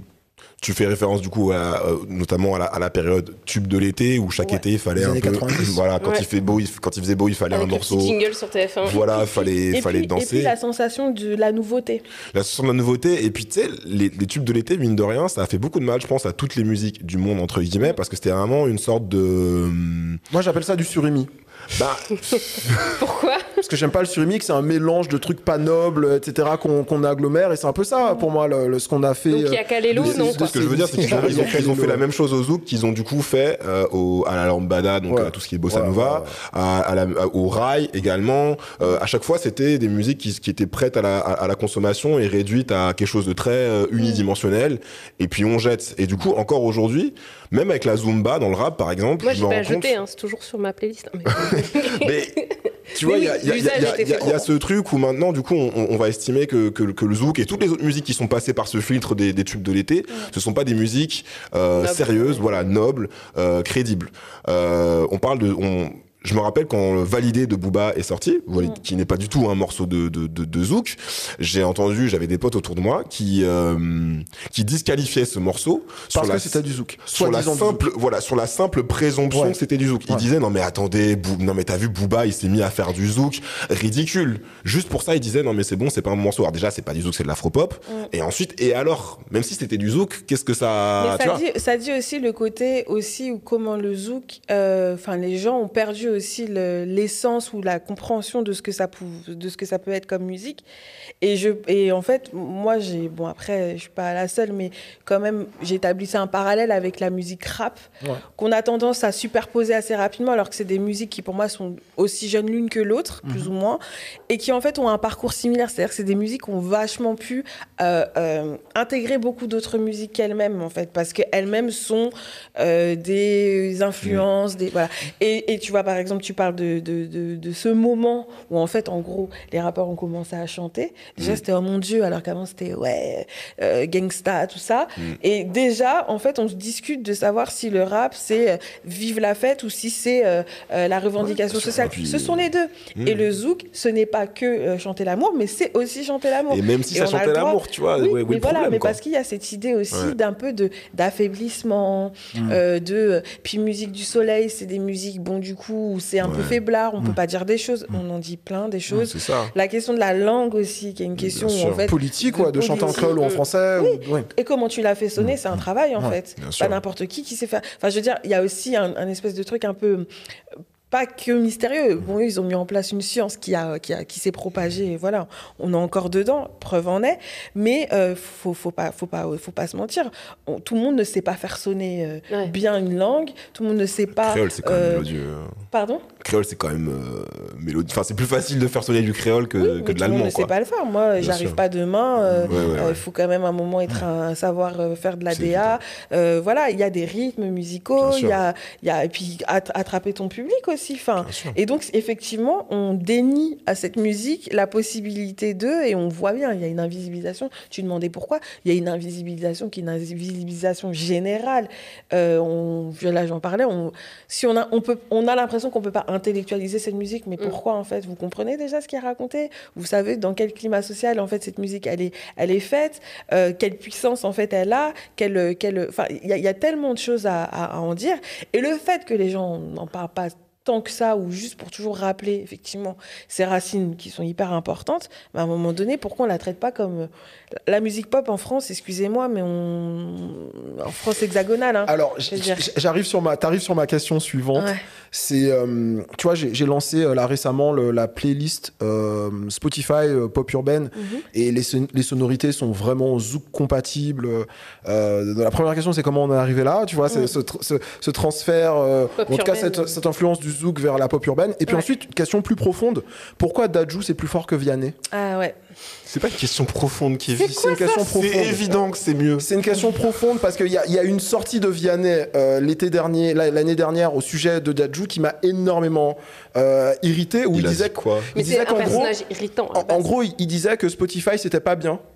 Tu fais référence du coup à, euh, notamment à la, à la période tube de l'été où chaque Ouais. été il fallait Les un années peu quatre-vingt-dix. voilà quand Ouais. il fait beau il, quand il faisait beau il fallait Avec un le morceau petit jingle sur T F un. voilà fallait Et fallait puis, danser Et puis la sensation de la nouveauté. la sensation de la nouveauté et puis tu sais les, les tubes de l'été mine de rien ça a fait beaucoup de mal je pense à toutes les musiques du monde entre guillemets parce que c'était vraiment une sorte de hum, Moi, j'appelle ça du surimi. bah Pourquoi? Parce que j'aime pas le surimi, que c'est un mélange de trucs pas nobles, et cetera, qu'on qu'on agglomère. Et c'est un peu ça, pour moi, le, le- ce qu'on a fait. Donc il y a Kalelo, euh, non c'est- ce que je veux dire c'est qu'ils ont, ils ont, ils ont fait la même chose au zouk qu'ils ont du coup fait euh, au, à la lambada donc Ouais. à tout ce qui est bossa Ouais, nova ouais, ouais. À, à la, à- au rail également euh, à chaque fois c'était des musiques qui, qui étaient prêtes à la, à, à la consommation et réduites à quelque chose de très euh, unidimensionnel et puis on jette et du coup encore aujourd'hui même avec la zumba dans le rap par exemple Moi je j'ai me pas rends compte ajouté, hein, c'est toujours sur ma playlist. hein, mais- mais tu vois, il Mais y a, oui, il y a- il y a- l'usage il y a- était il y a- fait il y a pour. ce truc où maintenant, du coup, on, on va estimer que, que, que le zouk et toutes les autres musiques qui sont passées par ce filtre des, des tubes de l'été, ce sont pas des musiques euh, Nobles. sérieuses, voilà, nobles, euh, crédibles. Euh, on parle de... On, je me rappelle quand le Validé de Booba est sorti, Validé- qui n'est pas du tout un morceau de, de, de, de zouk, j'ai entendu, j'avais des potes autour de moi qui, euh, qui disqualifiaient ce morceau sur Parce la, que c'était du zouk. sur la Soi-disant du zouk. simple, voilà, sur la simple présomption Ouais. que c'était du zouk. Il Ouais. disait non mais attendez, Bou- non mais t'as vu Booba, il s'est mis à faire du zouk, ridicule. Juste pour ça, il disait non mais c'est bon, c'est pas un morceau. Alors déjà c'est pas du zouk, c'est de l'afropop. Ouais. Et ensuite, et alors, même si c'était du zouk, qu'est-ce que ça, Mais tu ça vois dit, ça dit aussi le côté aussi où comment le zouk, euh, enfin les gens ont perdu aussi le- l'essence ou la compréhension de ce que ça pou- de ce que ça peut être comme musique. Et je et en fait moi j'ai bon après je suis pas la seule mais quand même j'ai établi un parallèle avec la musique rap Ouais. qu'on a tendance à superposer assez rapidement alors que c'est des musiques qui pour moi sont aussi jeunes l'une que l'autre plus ou moins et qui en fait ont un parcours similaire, c'est-à-dire que c'est des musiques qui ont vachement pu euh, euh, intégrer beaucoup d'autres musiques qu'elles-mêmes en fait parce qu'elles-mêmes sont euh, des influences des voilà et, et tu vois par exemple tu parles de, de, de, de ce moment où en fait en gros les rappeurs ont commencé à chanter déjà c'était oh mon dieu alors qu'avant c'était ouais euh, gangsta tout ça et déjà en fait on se discute de savoir si le rap c'est euh, vive la fête ou si c'est euh, euh, la revendication Ouais, sociale et puis- ce sont les deux Mm. et le zouk ce n'est pas que euh, chanter l'amour mais c'est aussi chanter l'amour Et même si Et ça on a chantait le droit- l'amour, tu vois, oui, ouais, oui, mais le voilà, problème, mais quoi. parce qu'il y a cette idée aussi Ouais. d'un peu de d'affaiblissement, euh, de puis musique du soleil, c'est des musiques bon du coup où c'est un peu Ouais. faiblard, on peut pas dire des choses, on en dit plein des choses. C'est ça. La question de la langue aussi, qui est une question où, sûr. en fait Politique, quoi, de chanter en politique. créole ou en français. ou- ouais. Et comment tu l'as fait sonner, c'est un travail en Ouais, fait. bien sûr. Pas n'importe qui qui sait faire. Enfin, je veux dire, il y a aussi un, un espèce de truc un peu euh, pas que mystérieux. Bon, eux, ils ont mis en place une science qui a qui a qui s'est propagée. Et voilà, on est encore dedans. Preuve en est. Mais euh, faut faut pas faut pas faut pas se mentir. On- tout le monde ne sait pas faire sonner euh, Ouais. bien une langue. Tout le monde ne sait pas. Créole, c'est quand même euh, mélodieux. Pardon. Créole, c'est quand même euh, mélodieux. Enfin, c'est plus facile de faire sonner du créole que, Oui, que mais de tout le monde l'allemand, ne quoi. sait pas le faire. Moi, Bien j'arrive sûr. pas demain. euh, Ouais, ouais, euh, Il ouais. faut quand même à un moment être un, savoir euh, faire de la C'est D A. Euh, voilà, il y a des rythmes musicaux, Bien il sûr. y a, il y a et puis att- attraper ton public aussi. Enfin, Bien sûr. et donc effectivement, on dénie à cette musique la possibilité de, et on voit bien, il y a une invisibilisation. Tu demandais pourquoi? Il y a une invisibilisation qui est une invisibilisation générale. Euh, on, là, j'en parlais. On, si on a, on peut, on a l'impression qu'on peut pas intellectualiser cette musique, mais pourquoi en fait? Vous comprenez déjà ce qui est raconté? Vous savez dans quel climat social en fait cette musique elle est, elle est faite? Euh, quelle puissance en fait elle a? Quelle, quelle, enfin, il y, a- il y a tellement de choses à, à, à en dire. Et le fait que les gens n'en parlent pas tant que ça, ou juste pour toujours rappeler effectivement ces racines qui sont hyper importantes, mais à un moment donné, pourquoi on la traite pas comme la musique pop en France? Excusez-moi, mais on en France hexagonale. Hein. Alors, Je veux j- dire- j- j'arrive sur ma, t'arrives sur ma question suivante. Ouais. C'est, euh, tu vois, j'ai j'ai lancé euh, là récemment le- la playlist euh, Spotify euh, pop urbaine Mhm. et les, son- les sonorités sont vraiment zouk compatibles. Euh, la première question, c'est comment on est arrivé là, tu vois, c'est Mhm. ce, tr- ce- ce transfert, euh, Pop en tout cas urbaine. cette, cette influence du zouk vers la pop urbaine. Et puis Ouais. ensuite, une question plus profonde, pourquoi Dadju c'est plus fort que Vianney? Ah ouais. C'est pas une question profonde, Kevin. C'est une question profonde. C'est évident que c'est mieux. C'est une question profonde parce qu'il y a, il y a une sortie de Vianney euh, l'été dernier, la- l'année dernière au sujet de Dadju qui m'a énormément euh, irrité où il, Il a disait dit quoi Mais il c'est disait un qu'en gros, personnage irritant. à la en, en base. gros, il, il disait que Spotify c'était pas bien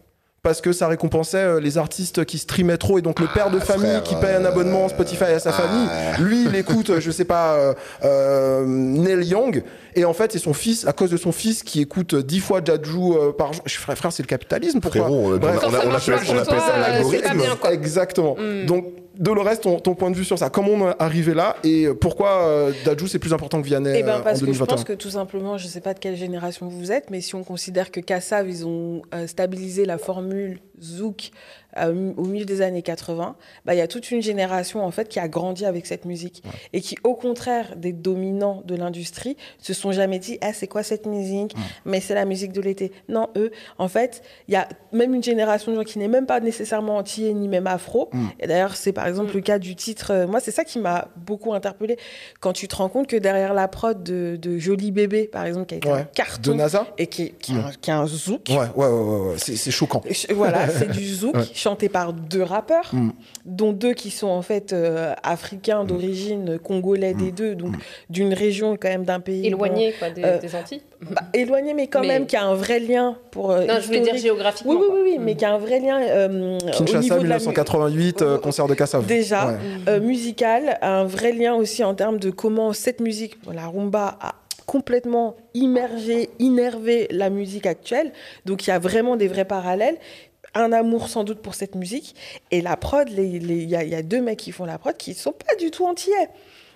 parce que ça récompensait euh, les artistes qui streamaient trop et donc le père de Ah, famille frère, qui paye un euh, abonnement Spotify à sa ah. famille, lui il écoute euh, je sais pas euh, euh, Neil Young et en fait c'est son fils, à cause de son fils qui écoute dix fois Jadju euh, par jour. Je frère, frère c'est le capitalisme, pourquoi? Frérot, on, Bref. on, on, on, Quand ça appelle, marche on pas appelle pour ça toi, euh, l'algorithme. c'est pas bien, quoi. Exactement. Mm. Donc Dolores, ton, ton point de vue sur ça, comment on est arrivé là et pourquoi euh, Jadju c'est plus important que Vianney Eh ben, euh, en parce que deux mille je vingt et un? pense que tout simplement, je ne sais pas de quelle génération vous êtes, mais si on considère que Kassav, ils ont euh, stabilisé la formule Zouk euh, au milieu des années quatre-vingts, bah, il y a toute une génération en fait qui a grandi avec cette musique ouais. et qui, au contraire des dominants de l'industrie, se sont jamais dit ah, c'est quoi cette musique ouais. Mais c'est la musique de l'été. Non, eux, en fait, il y a même une génération de gens qui n'est même pas nécessairement antillais ni même afro. Mm. Et d'ailleurs, c'est par exemple mm. le cas du titre. Euh, moi, c'est ça qui m'a beaucoup interpellée quand tu te rends compte que derrière la prod de, de Joli Bébé, par exemple, qui a été ouais. un carton de NASA et qui, qui, mm. qui a un zouk. Ouais, ouais, ouais, ouais, ouais. C'est, c'est choquant. Voilà, c'est du zouk. Ouais. Chanté par deux rappeurs, mm. dont deux qui sont en fait euh, africains d'origine, congolais mm. des deux, donc mm. d'une région quand même d'un pays éloigné bon, quoi, des, euh, des Antilles. Bah, éloigné, mais quand mais... même qui a un vrai lien pour. Euh, non, je voulais dire géographiquement. Oui, oui, oui, oui mm. mais qui a un vrai lien. Euh, Kinshasa, au niveau dix-neuf cent quatre-vingt-huit, de la... euh, concert de Kassav. Déjà, ouais. euh, musical, un vrai lien aussi en termes de comment cette musique, la rumba, a complètement immergé, innervé la musique actuelle. Donc il y a vraiment des vrais parallèles. Un amour sans doute pour cette musique. Et la prod, il y, y a deux mecs qui font la prod qui ne sont pas du tout antillais.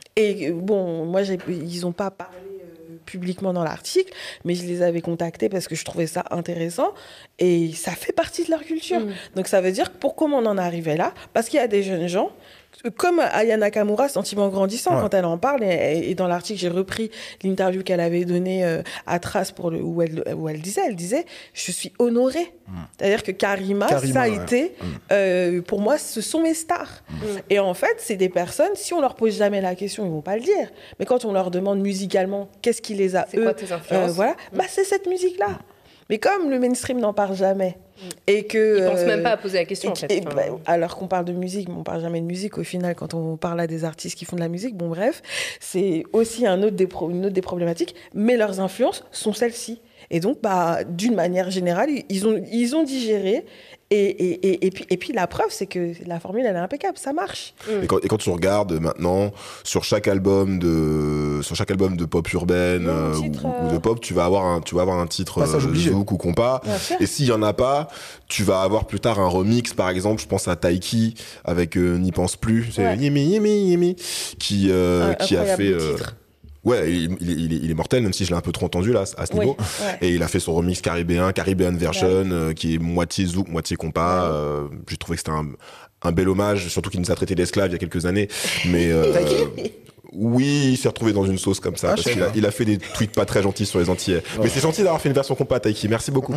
Et bon, moi, j'ai, ils n'ont pas parlé euh, publiquement dans l'article, mais je les avais contactés parce que je trouvais ça intéressant. Et ça fait partie de leur culture. Mmh. Donc ça veut dire pourquoi on en est arrivé là? Parce qu'il y a des jeunes gens, comme Aya Nakamura, Sentiment grandissant, ouais. quand elle en parle, et, et dans l'article, j'ai repris l'interview qu'elle avait donnée euh, à Trace, pour le, où, elle, où elle disait, elle disait, je suis honorée. Mmh. C'est-à-dire que Karima, Karima ça a ouais. été, mmh. euh, pour moi, ce sont mes stars. Mmh. Et en fait, c'est des personnes, si on leur pose jamais la question, ils vont pas le dire. Mais quand on leur demande musicalement, qu'est-ce qui les a, c'est eux, quoi tes influences euh, voilà, mmh. bah, c'est cette musique-là. Mmh. Mais comme le mainstream n'en parle jamais, mmh. et que... Ils ne pensent euh, même pas à poser la question, en fait. Et, bah, alors qu'on parle de musique, mais on ne parle jamais de musique, au final, quand on parle à des artistes qui font de la musique, bon bref, c'est aussi un autre des pro- une autre des problématiques, mais leurs influences sont celles-ci. Et donc, bah, d'une manière générale, ils ont, ils ont digéré. Et, et, et, et, puis, et puis la preuve, c'est que la formule, elle est impeccable, ça marche. Mm. Et, quand, et quand tu regardes maintenant, sur chaque album de, sur chaque album de pop urbaine oui, euh, titre, ou, ou de pop, tu vas avoir un, tu vas avoir un titre euh, zouk ou compas. Et s'il y en a pas, tu vas avoir plus tard un remix, par exemple, je pense à Taiki avec euh, N'y pense plus, c'est ouais. Yemi, Yemi, Yemi, qui, euh, ah, qui a fait... Euh, Ouais, il, il, il, est, il est mortel, même si je l'ai un peu trop entendu là, à ce oui, niveau. Ouais. Et il a fait son remix caribéen, Caribbean version, ouais. euh, qui est moitié zouk, moitié compas. Ouais. Euh, j'ai trouvé que c'était un, un bel hommage, surtout qu'il nous a traités d'esclaves il y a quelques années. Mais euh, oui, il s'est retrouvé dans une sauce comme ça, ah, parce qu'il a, il a fait des tweets pas très gentils sur les Antillais. Ouais. Mais c'est gentil d'avoir fait une version compas, Taiki. Merci beaucoup.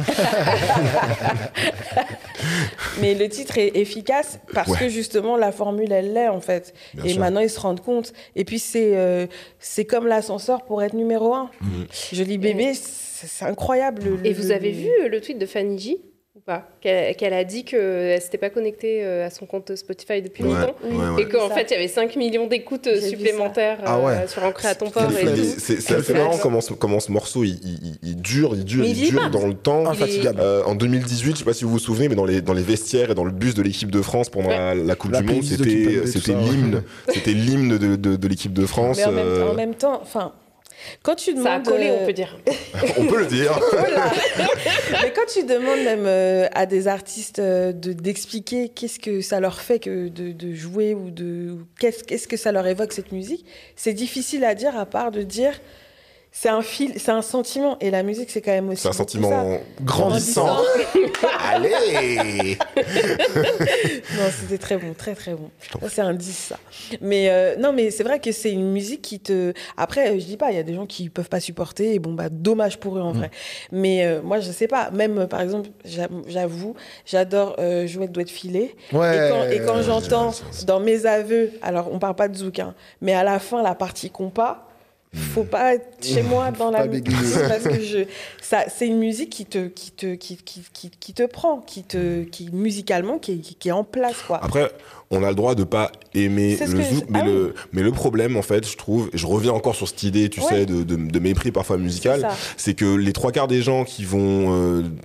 Mais le titre est efficace parce ouais. que justement la formule elle l'est en fait. Bien et sûr. Maintenant ils se rendent compte. Et puis c'est euh, c'est comme l'ascenseur pour être numéro un. Mmh. Joli Bébé, c'est, c'est incroyable. Le, et vous le... avez vu le tweet de Fanny J ou pas, qu'elle, qu'elle a dit qu'elle ne s'était pas connectée à son compte Spotify depuis ouais, longtemps ouais, ouais. et qu'en fait il y avait cinq millions d'écoutes J'ai supplémentaires ah ouais. euh, sur Ancré à ton port. Et tout. C'est, c'est assez marrant comment, comment ce morceau il, il, il dure, il dure, il, il dure dans le temps. Infatigable. Euh, en deux mille dix-huit, je ne sais pas si vous vous souvenez, mais dans les, dans les vestiaires et dans le bus de l'équipe de France pendant ouais. la, la Coupe la du Monde, c'était, c'était, l'hymne, c'était l'hymne de, de, de l'équipe de France. Mais en même, euh... en même temps, enfin. Quand tu demandes, ça a collé, euh... on peut dire. On peut le dire. Voilà. Mais quand tu demandes même euh, à des artistes euh, de, d'expliquer qu'est-ce que ça leur fait que de, de jouer ou de qu'est-ce, qu'est-ce que ça leur évoque cette musique, c'est difficile à dire à part de dire c'est un fil, c'est un sentiment et la musique c'est quand même aussi. C'est un sentiment grandissant. Allez. Non, c'était très bon, très très bon. Ça, c'est un dix ça. Mais euh, non, mais c'est vrai que c'est une musique qui te. Après, je dis pas, il y a des gens qui peuvent pas supporter et bon bah dommage pour eux en mmh. vrai. Mais euh, moi je sais pas. Même par exemple, j'avoue, j'adore euh, Jouette doit être filée. Ouais. Et quand, et quand j'entends dans mes aveux, alors on parle pas de zouk, hein, mais à la fin la partie compas. Faut pas être chez moi dans la musique parce que je ça c'est une musique qui te qui te qui qui qui, qui te prend qui te qui musicalement qui, qui qui est en place quoi. Après on a le droit de pas aimer c'est le zouk, mais ah le oui. mais le problème en fait, je trouve, et je reviens encore sur cette idée, tu ouais. sais, de, de de mépris parfois musical, c'est, c'est que les trois quarts des gens qui vont euh,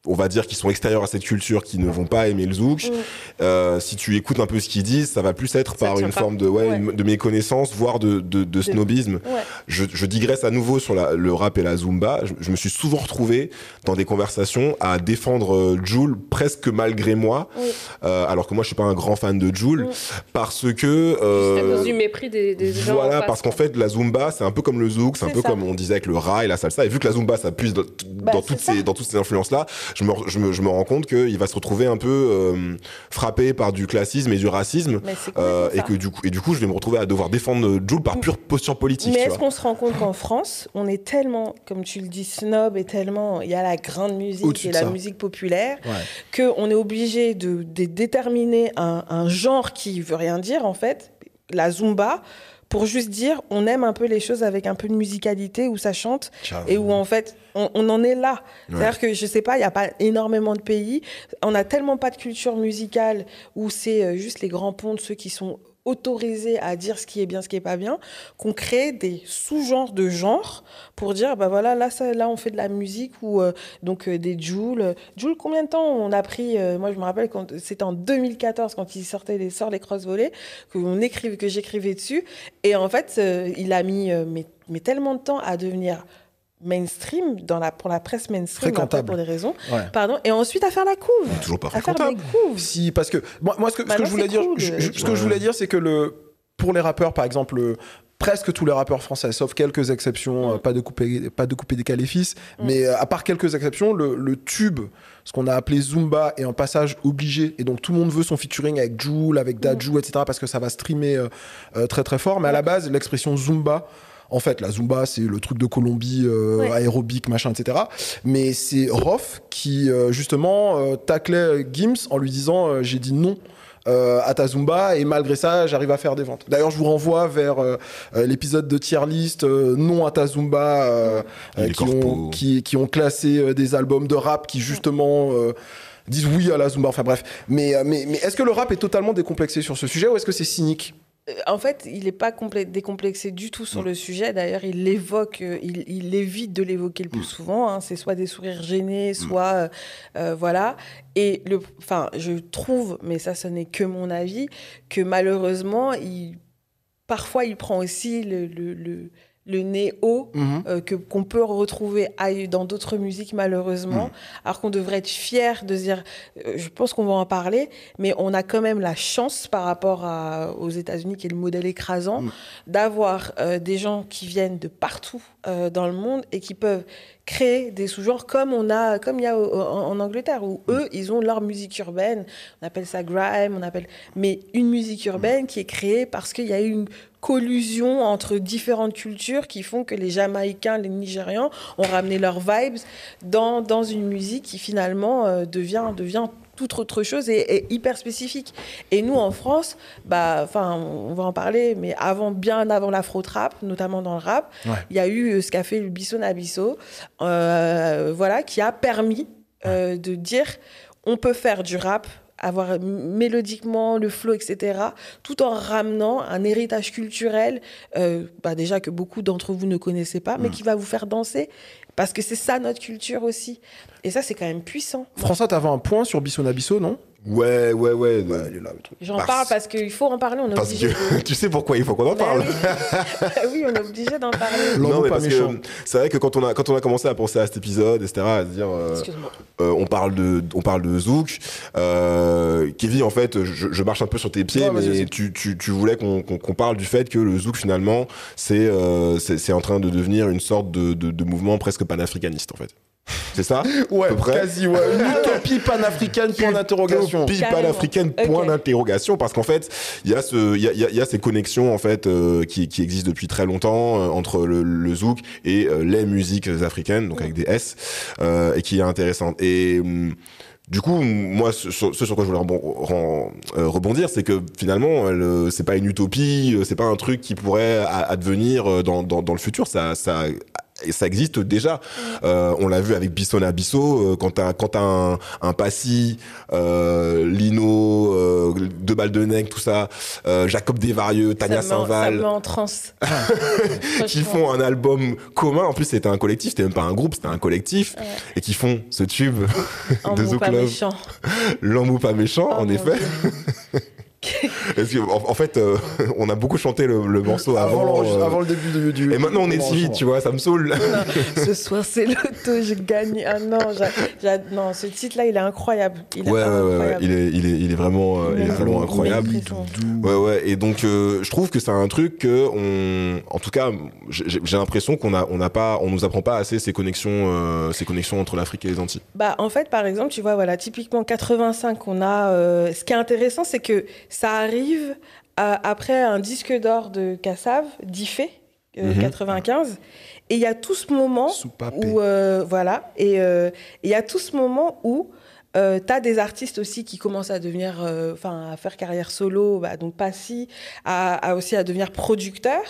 on va dire, qui sont extérieurs à cette culture, qui ne vont pas aimer le zouk. Mm. Euh, si tu écoutes un peu ce qu'ils disent, ça va plus être ça par une forme de, ouais, ouais. de méconnaissance, voire de, de, de snobisme. Ouais. Je, je digresse à nouveau sur la, le rap et la zumba. Je, je me suis souvent retrouvé dans des conversations à défendre euh, Jul presque malgré moi, oui. euh, alors que moi je suis pas un grand fan de Jul, oui. parce que euh, juste à cause du mépris des, des gens. Voilà, parce qu'en fait la zumba c'est un peu comme le zouk, c'est, c'est un peu ça. Comme on disait avec le ra et la salsa. Et vu que la zumba ça puise dans, bah, dans toutes ces dans toutes ces influences là, je me je me je me rends compte qu'il va se retrouver un peu euh, frappé par du classisme et du racisme, euh, et que du coup et du coup je vais me retrouver à devoir défendre Jul par pure posture politique. Mais tu est-ce vois. qu'on se rend compte qu'en France on est tellement, comme tu le dis, snob et tellement il y a la grande musique Au-dessus et la ça. musique populaire, ouais. qu'on est obligé de, de déterminer un, un genre qui veut rien dire, en fait, la zumba, pour juste dire on aime un peu les choses avec un peu de musicalité, où ça chante, Ciao. Et où en fait on, on en est là. Ouais. C'est-à-dire que je sais pas, il n'y a pas énormément de pays, on n'a tellement pas de culture musicale où c'est juste les grands ponts de ceux qui sont autorisés à dire ce qui est bien, ce qui est pas bien, qu'on crée des sous-genres de genres pour dire bah voilà, là ça, là on fait de la musique ou euh, donc euh, des Jul. Jul, combien de temps on a pris euh, moi je me rappelle quand c'était en deux mille quatorze quand il sortait les sort les cross-volés que on écrivait que j'écrivais dessus et en fait euh, il a mis euh, mais, mais tellement de temps à devenir mainstream dans la pour la presse mainstream fréquentable pour des raisons ouais. pardon et ensuite à faire la couve toujours pas à fréquentable faire des couves. Si parce que moi, moi ce que, bah ce que non, je voulais dire cool, je, euh, je, ce que ouais. je voulais dire c'est que le pour les rappeurs par exemple le, presque tous les rappeurs français, sauf quelques exceptions, mm. euh, pas de coupé, pas de coupé décalé fils, mm. mais euh, à part quelques exceptions, le, le tube, ce qu'on a appelé Zumba, est un passage obligé, et donc tout le monde veut son featuring avec Jul, avec Dadju, mm. et cetera, parce que ça va streamer euh, euh, très très fort, mais ouais. à la base, l'expression Zumba, en fait, la Zumba, c'est le truc de Colombie, euh, ouais. aérobique, machin, et cetera. Mais c'est Rof qui, euh, justement, euh, taclait Gims en lui disant euh, « j'ai dit non ». Euh, à ta Zumba et malgré ça j'arrive à faire des ventes. D'ailleurs je vous renvoie vers euh, l'épisode de tier list euh, non à ta Zumba euh, euh, qui, ont, qui, qui ont classé euh, des albums de rap qui justement euh, disent oui à la Zumba, enfin bref. Mais, mais, mais est-ce que le rap est totalement décomplexé sur ce sujet ou est-ce que c'est cynique ? En fait, il n'est pas complé- décomplexé du tout sur mmh. le sujet. D'ailleurs, il l'évoque, euh, il, il évite de l'évoquer le plus mmh. souvent. Hein. C'est soit des sourires gênés, soit euh, euh, voilà. Et le, enfin, je trouve, mais ça, ce n'est que mon avis, que malheureusement, il, parfois, il prend aussi le, le, le le nez haut mmh. euh, que, qu'on peut retrouver dans d'autres musiques malheureusement, mmh. alors qu'on devrait être fier de dire, euh, je pense qu'on va en parler, mais on a quand même la chance par rapport à, aux États-Unis qui est le modèle écrasant, mmh. d'avoir euh, des gens qui viennent de partout euh, dans le monde et qui peuvent créer des sous-genres comme on a, comme il y a au, en, en Angleterre où mmh. eux ils ont leur musique urbaine, on appelle ça grime, on appelle, mais une musique urbaine mmh. qui est créée parce qu'il y a eu une collusion entre différentes cultures qui font que les Jamaïcains, les Nigérians ont ramené leurs vibes dans, dans une musique qui finalement euh, devient, devient toute autre chose et est hyper spécifique. Et nous, en France, bah, on va en parler, mais avant, bien avant l'afro-trap, notamment dans le rap, il ouais. y a eu ce qu'a fait le Bisso Nabisso, euh, voilà, qui a permis euh, de dire on peut faire du rap, avoir mélodiquement le flow, et cetera, tout en ramenant un héritage culturel, euh, bah déjà que beaucoup d'entre vous ne connaissez pas, mmh. mais qui va vous faire danser, parce que c'est ça notre culture aussi. Et ça, c'est quand même puissant. François, t'avais un point sur Bisso Nabisso, non ? Ouais, ouais, ouais. ouais il est là, le truc. J'en parce... parle parce qu'il faut en parler, on est parce obligé. Que, de... tu sais pourquoi il faut qu'on en parle. Oui. oui, on est obligé d'en parler. Non, mais parce méchant. que c'est vrai que quand on a quand on a commencé à penser à cet épisode, et cetera, à se dire, euh, euh, on parle de on parle de zouk. Euh, Kevin, en fait, je, je marche un peu sur tes pieds, ouais, mais tu, tu tu voulais qu'on, qu'on qu'on parle du fait que le zouk finalement, c'est euh, c'est, c'est en train de devenir une sorte de de, de mouvement presque panafricaniste en fait. C'est ça ? Ouais, quasi, ouais. Une utopie panafricaine, point d'interrogation. Utopie panafricaine, point okay. d'interrogation, parce qu'en fait, il y a ce, il y a, il y a ces connexions, en fait, euh, qui, qui existent depuis très longtemps, euh, entre le, le zouk et euh, les musiques africaines, donc avec des S, euh, et qui est intéressante. Et, hum, du coup, moi, ce sur, ce sur quoi je voulais rebondir, c'est que finalement, le, c'est pas une utopie, c'est pas un truc qui pourrait advenir dans, dans, dans le futur. Ça, ça et ça existe déjà. Euh, on l'a vu avec Bissona Bisso, euh, quand t'as, quand t'as un, un Passy, euh, Lino, euh, Deux Balles de Nègre, tout ça, euh, Jacob Desvarieux, Tania Ça me met en- Saint-Val. Ça me met en transe. qui font un album commun. En plus, c'était un collectif, c'était même pas un groupe, c'était un collectif. Ouais. Et qui font ce tube En de bon Zouk pas Love. méchant. L'homme pas méchant, Oh en mon effet. Dieu. Parce que, en, en fait, euh, on a beaucoup chanté le, le morceau Avant, avant. l'enregistre- euh, avant le début du. du et maintenant, on est du timide, tu vois, ça me saoule. Non, ce soir, c'est l'auto, je gagne. Ah non, j'a- j'a- non, ce titre-là, il est incroyable. Il est Ouais, ouais, ouais, ouais, incroyable. il est, il est, il est vraiment, euh, il est Il est vraiment long, incroyable. il est très long. Ouais, ouais. Et donc, euh, je trouve que c'est un truc que on, en tout cas, j'ai, j'ai l'impression qu'on a, on n'a pas, on nous apprend pas assez ces connexions, euh, ces connexions entre l'Afrique et les Antilles. Bah, en fait, par exemple, tu vois, voilà, typiquement quatre-vingt-cinq, on a. euh, ce qui est intéressant, c'est que ça arrive à- après un disque d'or de Kassav, d'Ifé, euh, Mhm. quatre-vingt-quinze. Et il y a tout ce moment Soupapé. où. euh, voilà. Et euh, il y a tout ce moment où. Euh, t'as des artistes aussi qui commencent à devenir, euh, enfin, à faire carrière solo, bah, donc Passy, à, à aussi à devenir producteur,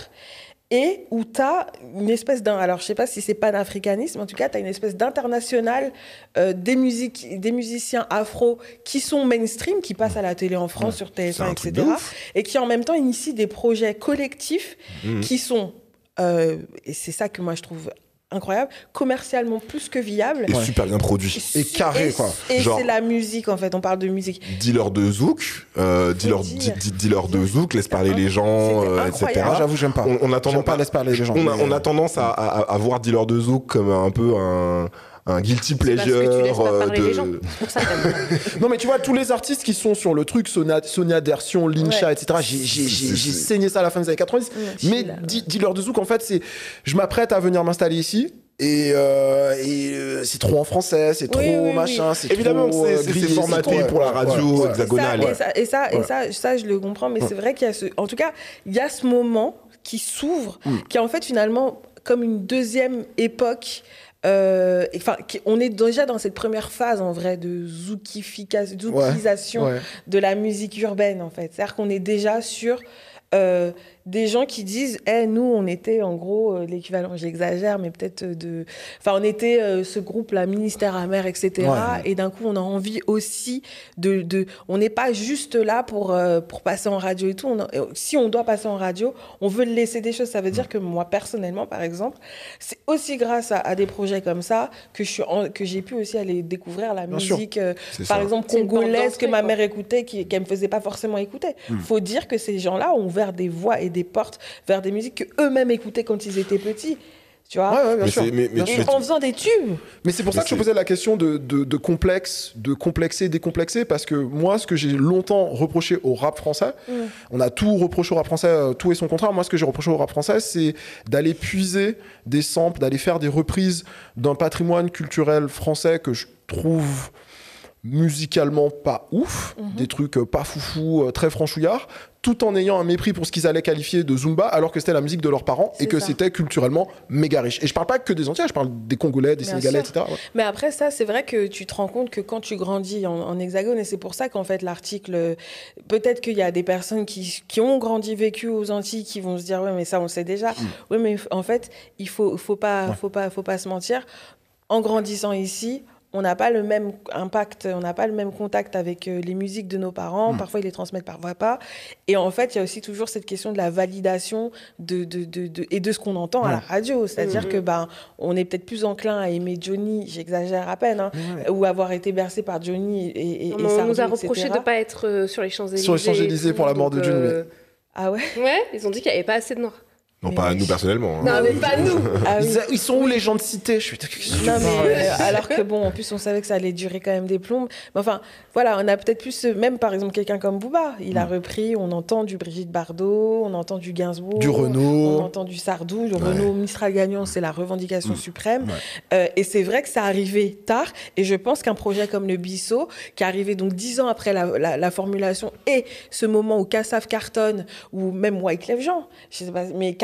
et où t'as une espèce d'un, alors je sais pas si c'est panafricanisme, en tout cas t'as une espèce d'international euh, des musiques, des musiciens afro qui sont mainstream, qui passent à la télé en France, sur T F C'est un, un truc de et cetera, ouf. et qui en même temps initient des projets collectifs Mhm. qui sont, euh, et c'est ça que moi je trouve incroyable, commercialement plus que viable. Et super bien produit. Et carré, quoi. Et Genre- c'est la musique, en fait. On parle de musique. Dealer de Zouk, euh, dealer, dire. di- di- dealer de Zouk, laisse parler les gens, C'était euh, incroyable. et cetera. Ah, j'avoue, j'aime pas. On, on a tendance J'aime pas laisse parler les gens. On a, Mais, on a euh, tendance à, à, à voir Dealer de Zouk comme un peu un, un guilty C'est parce que tu pleasure laisses pas euh, parler les gens. de. C'est pour ça que t'aimes pas. Non, mais tu vois, tous les artistes qui sont sur le truc, Sonia, Sonia Dersion, Lincha, Ouais. et cetera, j'ai, j'ai, j'ai, C'est- j'ai c'est- saigné ça à la fin des années quatre-vingt-dix. Ouais, mais chill, là. di- Dealer de Zouk, en fait, c'est. Je m'apprête à venir m'installer ici. Et, euh, et euh, c'est trop en français, c'est trop Oui, oui, oui. machin, c'est Évidemment, trop, c'est- euh, c'est- c'est grillé, formaté trop- pour la ouais, radio ouais, ouais. hexagonale. Et ça, et ça, et Ouais. ça, et ça, ça, je le comprends, mais c'est vrai qu'il y a ce. En tout cas, il y a ce moment qui s'ouvre, Mm. qui est en fait finalement comme une deuxième époque. Euh, et, enfin, qui- on est déjà dans cette première phase en vrai de zoukification, zoukisation Ouais. de la musique urbaine en fait. C'est-à-dire qu'on est déjà sur euh, des gens qui disent eh, nous on était en gros euh, l'équivalent, j'exagère mais peut-être euh, de enfin on était euh, ce groupe là Ministère Amer, etc. Ouais. Et d'un coup on a envie aussi de, de on n'est pas juste là pour euh, pour passer en radio et tout. On a- si on doit passer en radio, on veut laisser des choses. Ça veut dire que moi personnellement par exemple, c'est aussi grâce à, à des projets comme ça que je suis en- que j'ai pu aussi aller découvrir la Bien sûr. musique euh, C'est par ça. exemple C'est une porte congolaise d'entrée, que ma quoi. mère écoutait qui qu'elle me faisait pas forcément écouter. Faut dire que ces gens-là ont ouvert des voies et des portes vers des musiques que eux-mêmes écoutaient quand ils étaient petits. Tu vois. Ouais, ouais, bien Mais sûr. c'est- mais- mais Bien tu- sûr. Et en faisant des tubes. Mais c'est pour ça Mais que je te c'est- posais la question de, de, de complexe, de complexer, décomplexer, parce que moi, ce que j'ai longtemps reproché au rap français, on a tout reproché au rap français, euh, tout et son contraire. Moi, ce que j'ai reproché au rap français, c'est d'aller puiser des samples, d'aller faire des reprises d'un patrimoine culturel français que je trouve musicalement pas ouf, des trucs euh, pas foufou, euh, très franchouillards, tout en ayant un mépris pour ce qu'ils allaient qualifier de Zumba, alors que c'était la musique de leurs parents et C'est que ça. c'était culturellement méga riche. Et je parle pas que des Antillais, je parle des Congolais, des Bien Sénégalais, sûr. et cetera. Ouais. Mais après ça, c'est vrai que tu te rends compte que quand tu grandis en, en hexagone, et c'est pour ça qu'en fait l'article, euh, peut-être qu'il y a des personnes qui, qui ont grandi, vécu aux Antilles, qui vont se dire ouais mais ça on le sait déjà. Oui mais en fait il faut faut pas Ouais. faut pas faut pas se mentir. En grandissant ici, on n'a pas le même impact, on n'a pas le même contact avec euh, les musiques de nos parents. Parfois, ils les transmettent, parfois pas. Et en fait, il y a aussi toujours cette question de la validation de, de, de, de- et de ce qu'on entend à la radio. C'est-à-dire que ben, on est peut-être plus enclin à aimer Johnny, j'exagère à peine, hein, ou avoir été bercé par Johnny et, et, Non, et mais on Sardou, nous a reproché et cetera. de ne pas être euh, sur les Champs-Élysées. Sur les Champs-Élysées et pour la tout, mort de donc, Johnny, euh, Ah ouais. Ouais, ils ont dit qu'il n'y avait pas assez de noirs. Non, Mais pas oui. nous personnellement. hein. Non, mais pas nous. Ah oui. Ils, ils sont où les gens de cité? Je suis. qu'est-ce que tu Non, parles mais euh, alors que bon, en plus, on savait que ça allait durer quand même des plombes. Mais enfin, voilà, on a peut-être plus, euh, même par exemple, quelqu'un comme Booba. Il a repris, on entend du Brigitte Bardot, on entend du Gainsbourg, Du Renaud. on entend du Sardou, du Renaud, Mistral gagnant, c'est la revendication suprême. Euh, et c'est vrai que ça arrivait tard. Et je pense qu'un projet comme le Bissau, qui est arrivé donc dix ans après la, la, la formulation et ce moment où Kassav cartonne, ou même Wyclef Jean, je sais pas, mais qui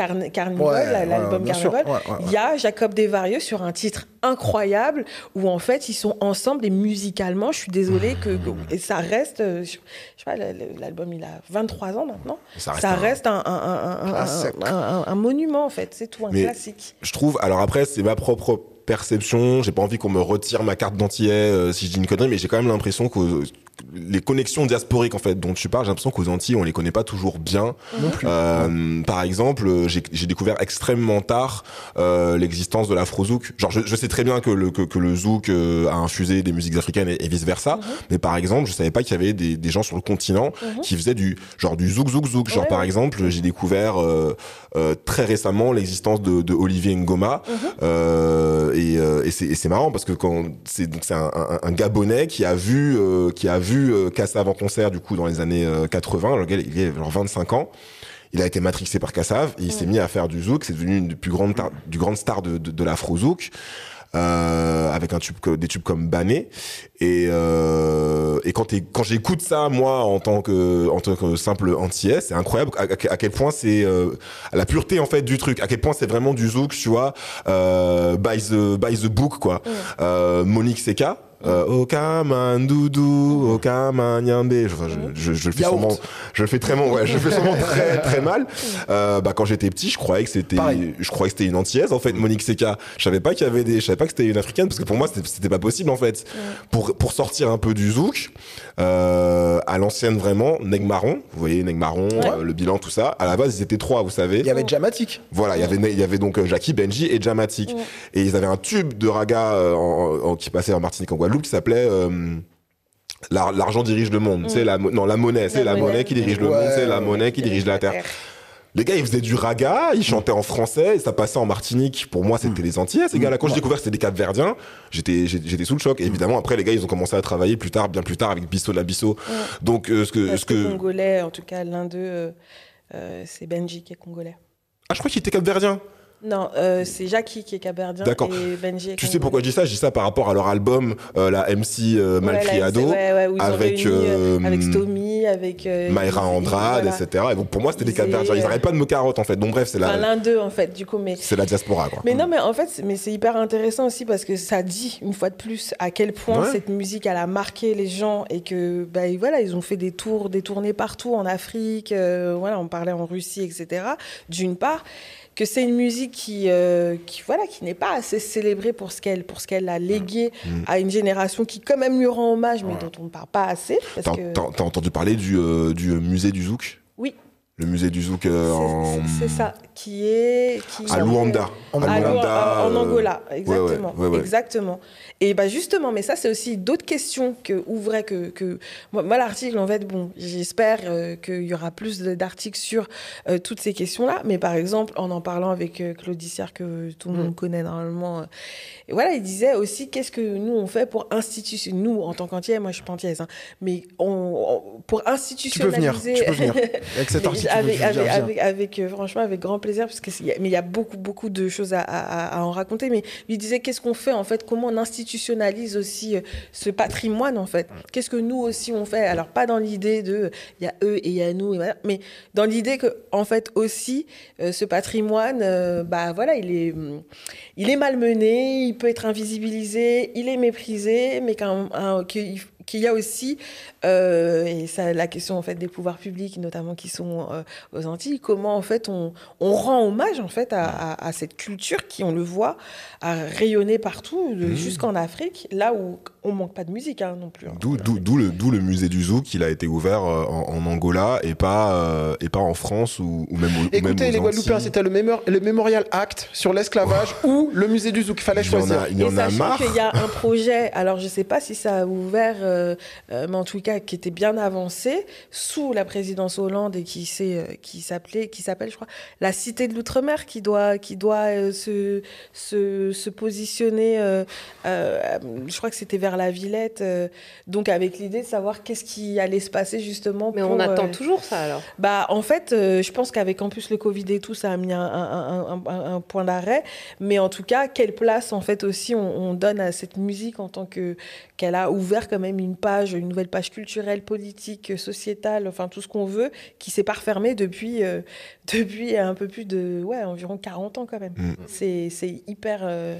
Carn- Carnival, Ouais, l'album ouais, bien sûr. Carnival, Ouais, ouais, il y a Jacob Desvarieux sur un titre incroyable où en fait ils sont ensemble et musicalement, je suis désolée que, que et ça reste, euh, je, je sais pas, l'album il a vingt-trois ans maintenant, Ça reste ça un- reste un, un, un, un, Classique. un, un- un monument en fait, c'est tout, un Mais- classique. Je trouve, alors après, c'est ma propre perception, j'ai pas envie qu'on me retire ma carte d'antillais euh, si je dis une connerie, mais j'ai quand même l'impression que les connexions diasporiques en fait dont tu parles, j'ai l'impression qu'aux Antilles on les connaît pas toujours bien. Non plus. Euh, par exemple, j'ai, j'ai découvert extrêmement tard euh, l'existence de l'afro-zouk. Genre, je, je sais très bien que le que, que le zouk euh, a infusé des musiques africaines et, et vice versa, Mm-hmm. mais par exemple, je savais pas qu'il y avait des, des gens sur le continent Mm-hmm. qui faisaient du genre du zouk zouk zouk. Genre Ouais, par ouais. exemple, j'ai découvert euh, euh, très récemment l'existence de, de Olivier Ngoma Mm-hmm. euh, et, euh, et, c'est, et c'est marrant parce que quand c'est donc c'est un, un, un Gabonais qui a vu euh, qui a vu euh, Kassav en concert du coup dans les années euh, quatre-vingts. Le gars il avait genre vingt-cinq ans. Il a été matrixé par Kassav et il s'est mis à faire du zouk. C'est devenu une des plus grandes tar- du grande star de, de, de l'afro zouk. Euh, avec un tube que- des tubes comme Bané et euh, et quand t'es, quand j'écoute ça moi en tant que en tant que simple antillais, c'est incroyable à, à, à quel point c'est euh, la pureté en fait du truc, à quel point c'est vraiment du zouk, tu vois, euh, by the by the book quoi. Mm. Euh, Monique Seka euh, Okaman Doudou, Okaman Nyambe, je, je, je, je le fais Yaourt. sûrement, je le fais très mal, ouais, je le fais sûrement très très mal. Euh, bah quand j'étais petit, je croyais que c'était, Pareil. je croyais que c'était une antillaise en fait, Monique Seka. Je savais pas qu'il y avait des, je savais pas que c'était une africaine parce que pour moi c'était, c'était pas possible en fait. Pour pour sortir un peu du zouk, euh, à l'ancienne vraiment, Neg Marron, vous voyez Neg Marron, Ouais. euh, le bilan tout ça. À la base ils étaient trois, vous savez. Il y avait Jamatic. Voilà, il y avait il y avait donc euh, Jackie, Benji et Jamatic. Ouais. Et ils avaient un tube de raga euh, en- en- qui passait en Martinique en Guadeloupe qui s'appelait euh, L'ar- l'argent dirige le monde, Mm. c'est la mo- non la monnaie, c'est La la monnaie. monnaie qui dirige le Ouais. monde, c'est la monnaie qui dirige la terre. Les gars, ils faisaient du raga, ils chantaient en français, et ça passait en Martinique. Pour moi, c'était les Antillais, ces gars-là. Quand j'ai découvert que c'était des Cap-Verdiens, j'étais, j'étais j'étais sous le choc. Et évidemment, après, les gars, ils ont commencé à travailler plus tard, bien plus tard, avec Bisso la Bisso. Donc, euh, ce que, Parce ce que que, congolais, en tout cas l'un d'eux, euh, euh, c'est Benji qui est congolais. ah, je crois qu'il était Cap-Verdien. Non, euh, c'est Jackie qui est capverdien D'accord. et Benji est Tu sais congolais. pourquoi je dis ça? Je dis ça par rapport à leur album, euh, la M C euh, Ouais, Malcriado, là, c'est- ouais, ouais, où ils ont avec, réuni, euh, euh, avec Stomy, avec euh, Mayra ils- Andrade, voilà. et cetera. Et donc, pour moi, c'était des Ils Cap-Verdiens. Ils étaient, n'arrêtent pas de me carotte, en fait. Donc, bref, c'est Enfin, la, l'un d'eux en fait, du coup, mais c'est la diaspora, quoi. mais non, mais en fait, c'est- mais c'est hyper intéressant aussi parce que ça dit une fois de plus à quel point Ouais. cette musique elle a marqué les gens et que bah et voilà, ils ont fait des tours, des tournées partout en Afrique, euh, voilà, on parlait en Russie, et cetera. D'une part, que c'est une musique qui, euh, qui voilà, qui n'est pas assez célébrée pour ce qu'elle pour ce qu'elle a légué Mmh. à une génération qui quand même lui rend hommage, mais dont on ne parle pas assez. Parce T'as, que t'as- t'as entendu parler du, euh, du musée du Zouk? oui, Le musée du Zouk euh, c'est- en... c'est c'est ça qui est qui à Luanda. En À Luanda, Luanda, en euh, Angola, exactement, ouais, ouais, ouais. exactement. Et bah justement, mais ça c'est aussi d'autres questions que ouvrait que que moi, moi, l'article en fait bon, j'espère euh, qu'il y aura plus de- d'articles sur euh, toutes ces questions-là. Mais par exemple, en en parlant avec euh, Claude Dissière que tout le monde connaît normalement, euh, et voilà, il disait aussi qu'est-ce que nous on fait pour institutionnaliser, nous en tant qu'Antillaise, moi je suis pas antillaise, hein, mais on, on- pour Tu peux venir, institutionnaliser. tu peux venir. Avec cet Mais article, avec, tu peux avec, venir, viens. avec, avec, euh, franchement, avec grand plaisir, parce que c'est- y a- mais il y a beaucoup, beaucoup de choses à, à, à en raconter. Mais lui disait qu'est-ce qu'on fait en fait, comment on institutionnalise aussi euh, ce patrimoine en fait. Qu'est-ce que nous aussi on fait. Alors pas dans l'idée de il y a eux et il y a nous, et voilà, mais dans l'idée que en fait aussi euh, ce patrimoine, euh, bah voilà, il est, hum, il est malmené, il peut être invisibilisé, il est méprisé, mais qu'un, un- qu'il qu'il y a aussi, euh, et ça, la question en fait des pouvoirs publics, notamment qui sont euh, aux Antilles, comment en fait on, on rend hommage en fait à, à, à cette culture qui, on le voit, a rayonné partout, de- jusqu'en Afrique, là où on manque pas de musique hein, non plus. hein. D'où, d'où, d'où le, d'où le musée du Zouk, il a été ouvert euh, en, en Angola et pas, euh, et pas en France ou, ou même au, ou même Écoutez, aux les Guadeloupéens, Antilles. c'était le, mémor- le Memorial Act sur l'esclavage ou le musée du Zouk. Il fallait Il y en choisir. a, il y Et en a sachant marre. qu'il y a un projet, alors je sais pas si ça a ouvert, euh, euh, mais en tout cas qui était bien avancé sous la présidence Hollande et qui s'est, euh, qui s'appelait, qui s'appelle, je crois, la Cité de l'Outre-mer, qui doit, qui doit euh, se, se, se positionner. euh, euh, je crois que c'était vers la Villette, euh, donc avec l'idée de savoir qu'est-ce qui allait se passer justement. Mais pour, on attend euh, toujours ça alors. Bah, en fait, euh, je pense qu'avec en plus le Covid et tout, ça a mis un, un, un, un, un point d'arrêt. Mais en tout cas, quelle place en fait aussi on, on donne à cette musique en tant que qu'elle a ouvert quand même une une page, une nouvelle page culturelle, politique, sociétale, enfin tout ce qu'on veut, qui s'est pas refermée depuis, euh, depuis un peu plus de, ouais, environ quarante ans quand même. Mm. C'est, c'est hyper... Euh...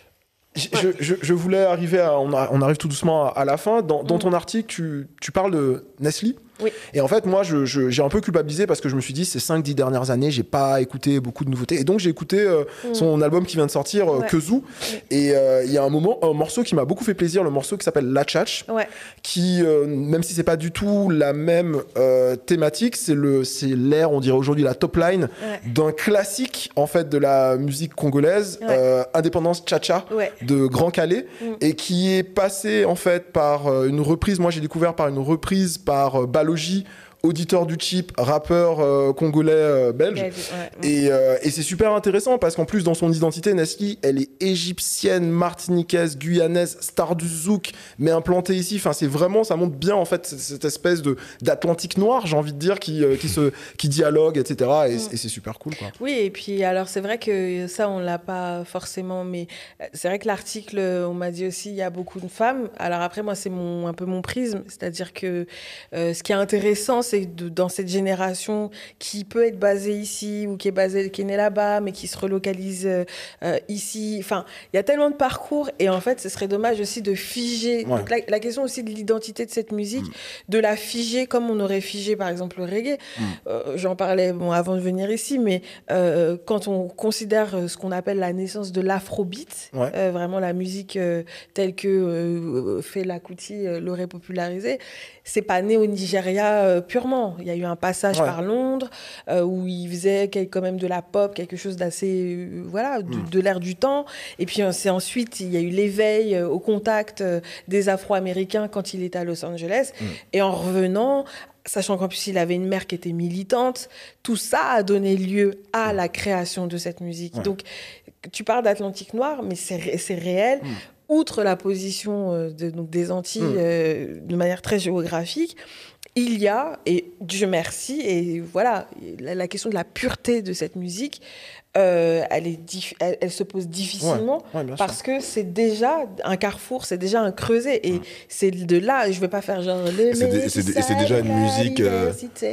Je, je, je voulais arriver à... On, a, on arrive tout doucement à, à la fin. Dans, dans mm. ton article, tu, tu parles de Nestlé. Oui. Et en fait, moi, je, je, j'ai un peu culpabilisé parce que je me suis dit, ces cinq dix dernières années, j'ai pas écouté beaucoup de nouveautés. Et donc, j'ai écouté euh, mmh. son album qui vient de sortir, euh, ouais. Kezou. Mmh. Et il euh, y a un moment, un morceau qui m'a beaucoup fait plaisir, le morceau qui s'appelle La Tchatch, ouais. qui, euh, même si c'est pas du tout la même euh, thématique, c'est, le, c'est l'air, on dirait aujourd'hui la top line, ouais. d'un classique, en fait, de la musique congolaise, ouais. euh, Indépendance Tcha-Tcha, ouais. de Grand Calais, mmh. et qui est passé, en fait, par euh, une reprise, moi, j'ai découvert par une reprise par euh, Logi, auditeur du chip, rappeur euh, congolais euh, belge. Ouais, ouais. Et, euh, et c'est super intéressant parce qu'en plus, dans son identité, Nestlé, elle est égyptienne, martiniquaise, guyanaise, star du zouk, mais implantée ici. Enfin, c'est vraiment, ça montre bien en fait cette espèce de, d'Atlantique noir, j'ai envie de dire, qui, euh, qui, se, qui dialogue, et cetera. Et, mm. et c'est super cool, quoi. Oui, et puis alors c'est vrai que ça, on l'a pas forcément, mais c'est vrai que l'article, on m'a dit aussi, il y a beaucoup de femmes. Alors après, moi, c'est mon, un peu mon prisme, c'est-à-dire que euh, ce qui est intéressant, c'est De, dans cette génération qui peut être basée ici ou qui est basée, qui est née là-bas, mais qui se relocalise euh, ici. Enfin, il y a tellement de parcours et en fait, ce serait dommage aussi de figer. Ouais. Donc, la, la question aussi de l'identité de cette musique, mmh. de la figer comme on aurait figé par exemple le reggae. Mmh. Euh, j'en parlais bon, avant de venir ici, mais euh, quand on considère ce qu'on appelle la naissance de l'afrobeat, ouais. euh, vraiment la musique euh, telle que euh, Fela Kuti euh, l'aurait popularisée, c'est pas né au Nigeria euh, purement. Il y a eu un passage ouais. par Londres euh, où il faisait quand même de la pop, quelque chose d'assez, euh, voilà, de, mm. de l'air du temps. Et puis c'est ensuite, il y a eu l'éveil euh, au contact euh, des Afro-Américains quand il était à Los Angeles. Mm. Et en revenant, sachant qu'en plus il avait une mère qui était militante, tout ça a donné lieu à la création de cette musique. Ouais. Donc tu parles d'Atlantique Noir, mais c'est, c'est réel. Mm. Outre la position euh, de, donc des Antilles mmh. euh, de manière très géographique, il y a, et Dieu merci, et voilà, la, la question de la pureté de cette musique, euh, elle, est dif- elle, elle se pose difficilement ouais, ouais, parce sûr. que c'est déjà un carrefour, c'est déjà un creuset, et mmh. c'est de là, je ne vais pas faire genre... Les c'est, de, c'est, de, c'est déjà une musique... Euh...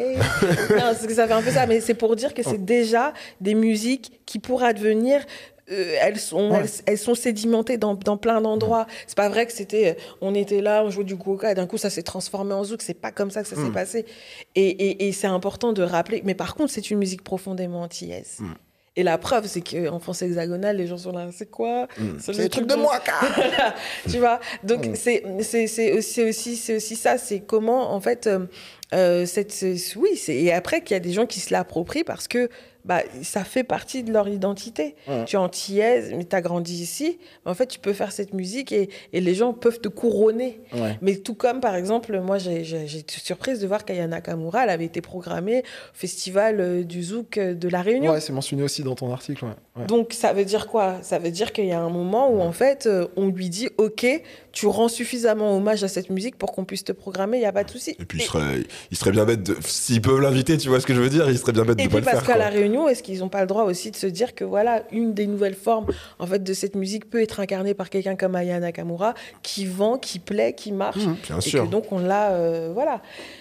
non, c'est que ça fait un peu ça, mais c'est pour dire que c'est oh. déjà des musiques qui pourraient advenir... Euh, elles, sont, ouais. elles, elles sont sédimentées dans, dans plein d'endroits. Mmh. C'est pas vrai que c'était, on était là, on jouait du goka et d'un coup ça s'est transformé en zouk. C'est pas comme ça que ça mmh. s'est passé. Et, et, et c'est important de rappeler. Mais par contre, c'est une musique profondément antillaise. Mmh. Et la preuve, c'est qu'en France hexagonale, les gens sont là, c'est quoi mmh. C'est, c'est le truc de moi, car tu vois. Donc mmh. c'est, c'est, c'est, aussi, c'est, aussi, c'est aussi ça. C'est comment, en fait, euh, euh, cette, c'est, oui, c'est, et après qu'il y a des gens qui se l'approprient parce que bah, ça fait partie de leur identité. Ouais. Tu es antillaise, mais tu as grandi ici. Mais en fait, tu peux faire cette musique et, et les gens peuvent te couronner. Ouais. Mais tout comme, par exemple, moi, j'ai, j'ai, j'ai été surprise de voir qu'Aya Nakamura, elle avait été programmée au Festival du Zouk de La Réunion. Ouais, c'est mentionné aussi dans ton article. Ouais. Ouais. Donc, ça veut dire quoi ? Ça veut dire qu'il y a un moment où, en fait, on lui dit « Ok, tu rends suffisamment hommage à cette musique pour qu'on puisse te programmer, il n'y a pas de souci. » Et puis, et... il serait, il serait bien bête, de, s'ils peuvent l'inviter, tu vois ce que je veux dire, il serait bien bête de ne pas le faire. Et puis, parce qu'à La Réunion, est-ce qu'ils n'ont pas le droit aussi de se dire que, voilà, une des nouvelles formes, en fait, de cette musique peut être incarnée par quelqu'un comme Aya Nakamura, qui vend, qui plaît, qui marche. Mmh, bien et sûr. Que donc, on l'a, euh, voilà.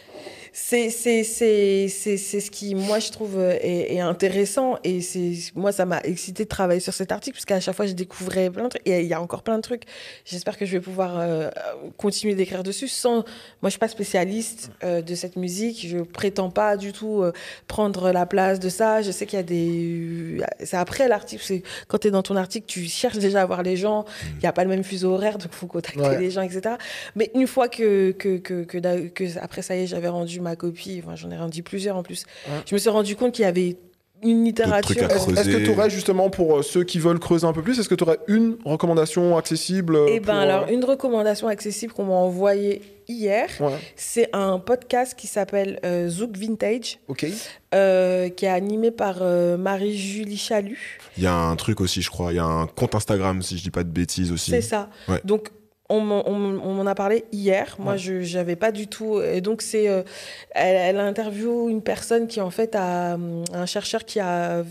C'est, c'est, c'est, c'est, c'est ce qui, moi, je trouve est, est intéressant. Et c'est, moi, ça m'a excité de travailler sur cet article, parce qu'à chaque fois, je découvrais plein de trucs. Et il y a encore plein de trucs. J'espère que je vais pouvoir euh, continuer d'écrire dessus. Sans... Moi, je ne suis pas spécialiste euh, de cette musique. Je ne prétends pas du tout euh, prendre la place de ça. Je sais qu'il y a des... C'est après l'article. C'est... Quand tu es dans ton article, tu cherches déjà à voir les gens. Il n'y a pas le même fuseau horaire, donc il faut contacter ouais. les gens, et cetera. Mais une fois que, que, que, que, que, que après, ça y est, j'avais rendu ma copie, enfin, j'en ai rendu plusieurs en plus. Ouais. Je me suis rendu compte qu'il y avait une littérature. Est-ce, est-ce que tu aurais justement, pour ceux qui veulent creuser un peu plus, est-ce que tu aurais une recommandation accessible Eh bien, pour... alors, une recommandation accessible qu'on m'a envoyée hier, ouais. c'est un podcast qui s'appelle euh, Zouk Vintage, okay. euh, qui est animé par euh, Marie-Julie Chalut. Il y a un truc aussi, je crois, il y a un compte Instagram, si je dis pas de bêtises aussi. C'est ça. Ouais. Donc, On m'en, on, on m'en a parlé hier. Moi, ouais. je n'avais pas du tout... Et donc, c'est, euh, elle, elle interviewe une personne qui, en fait, a un chercheur qui a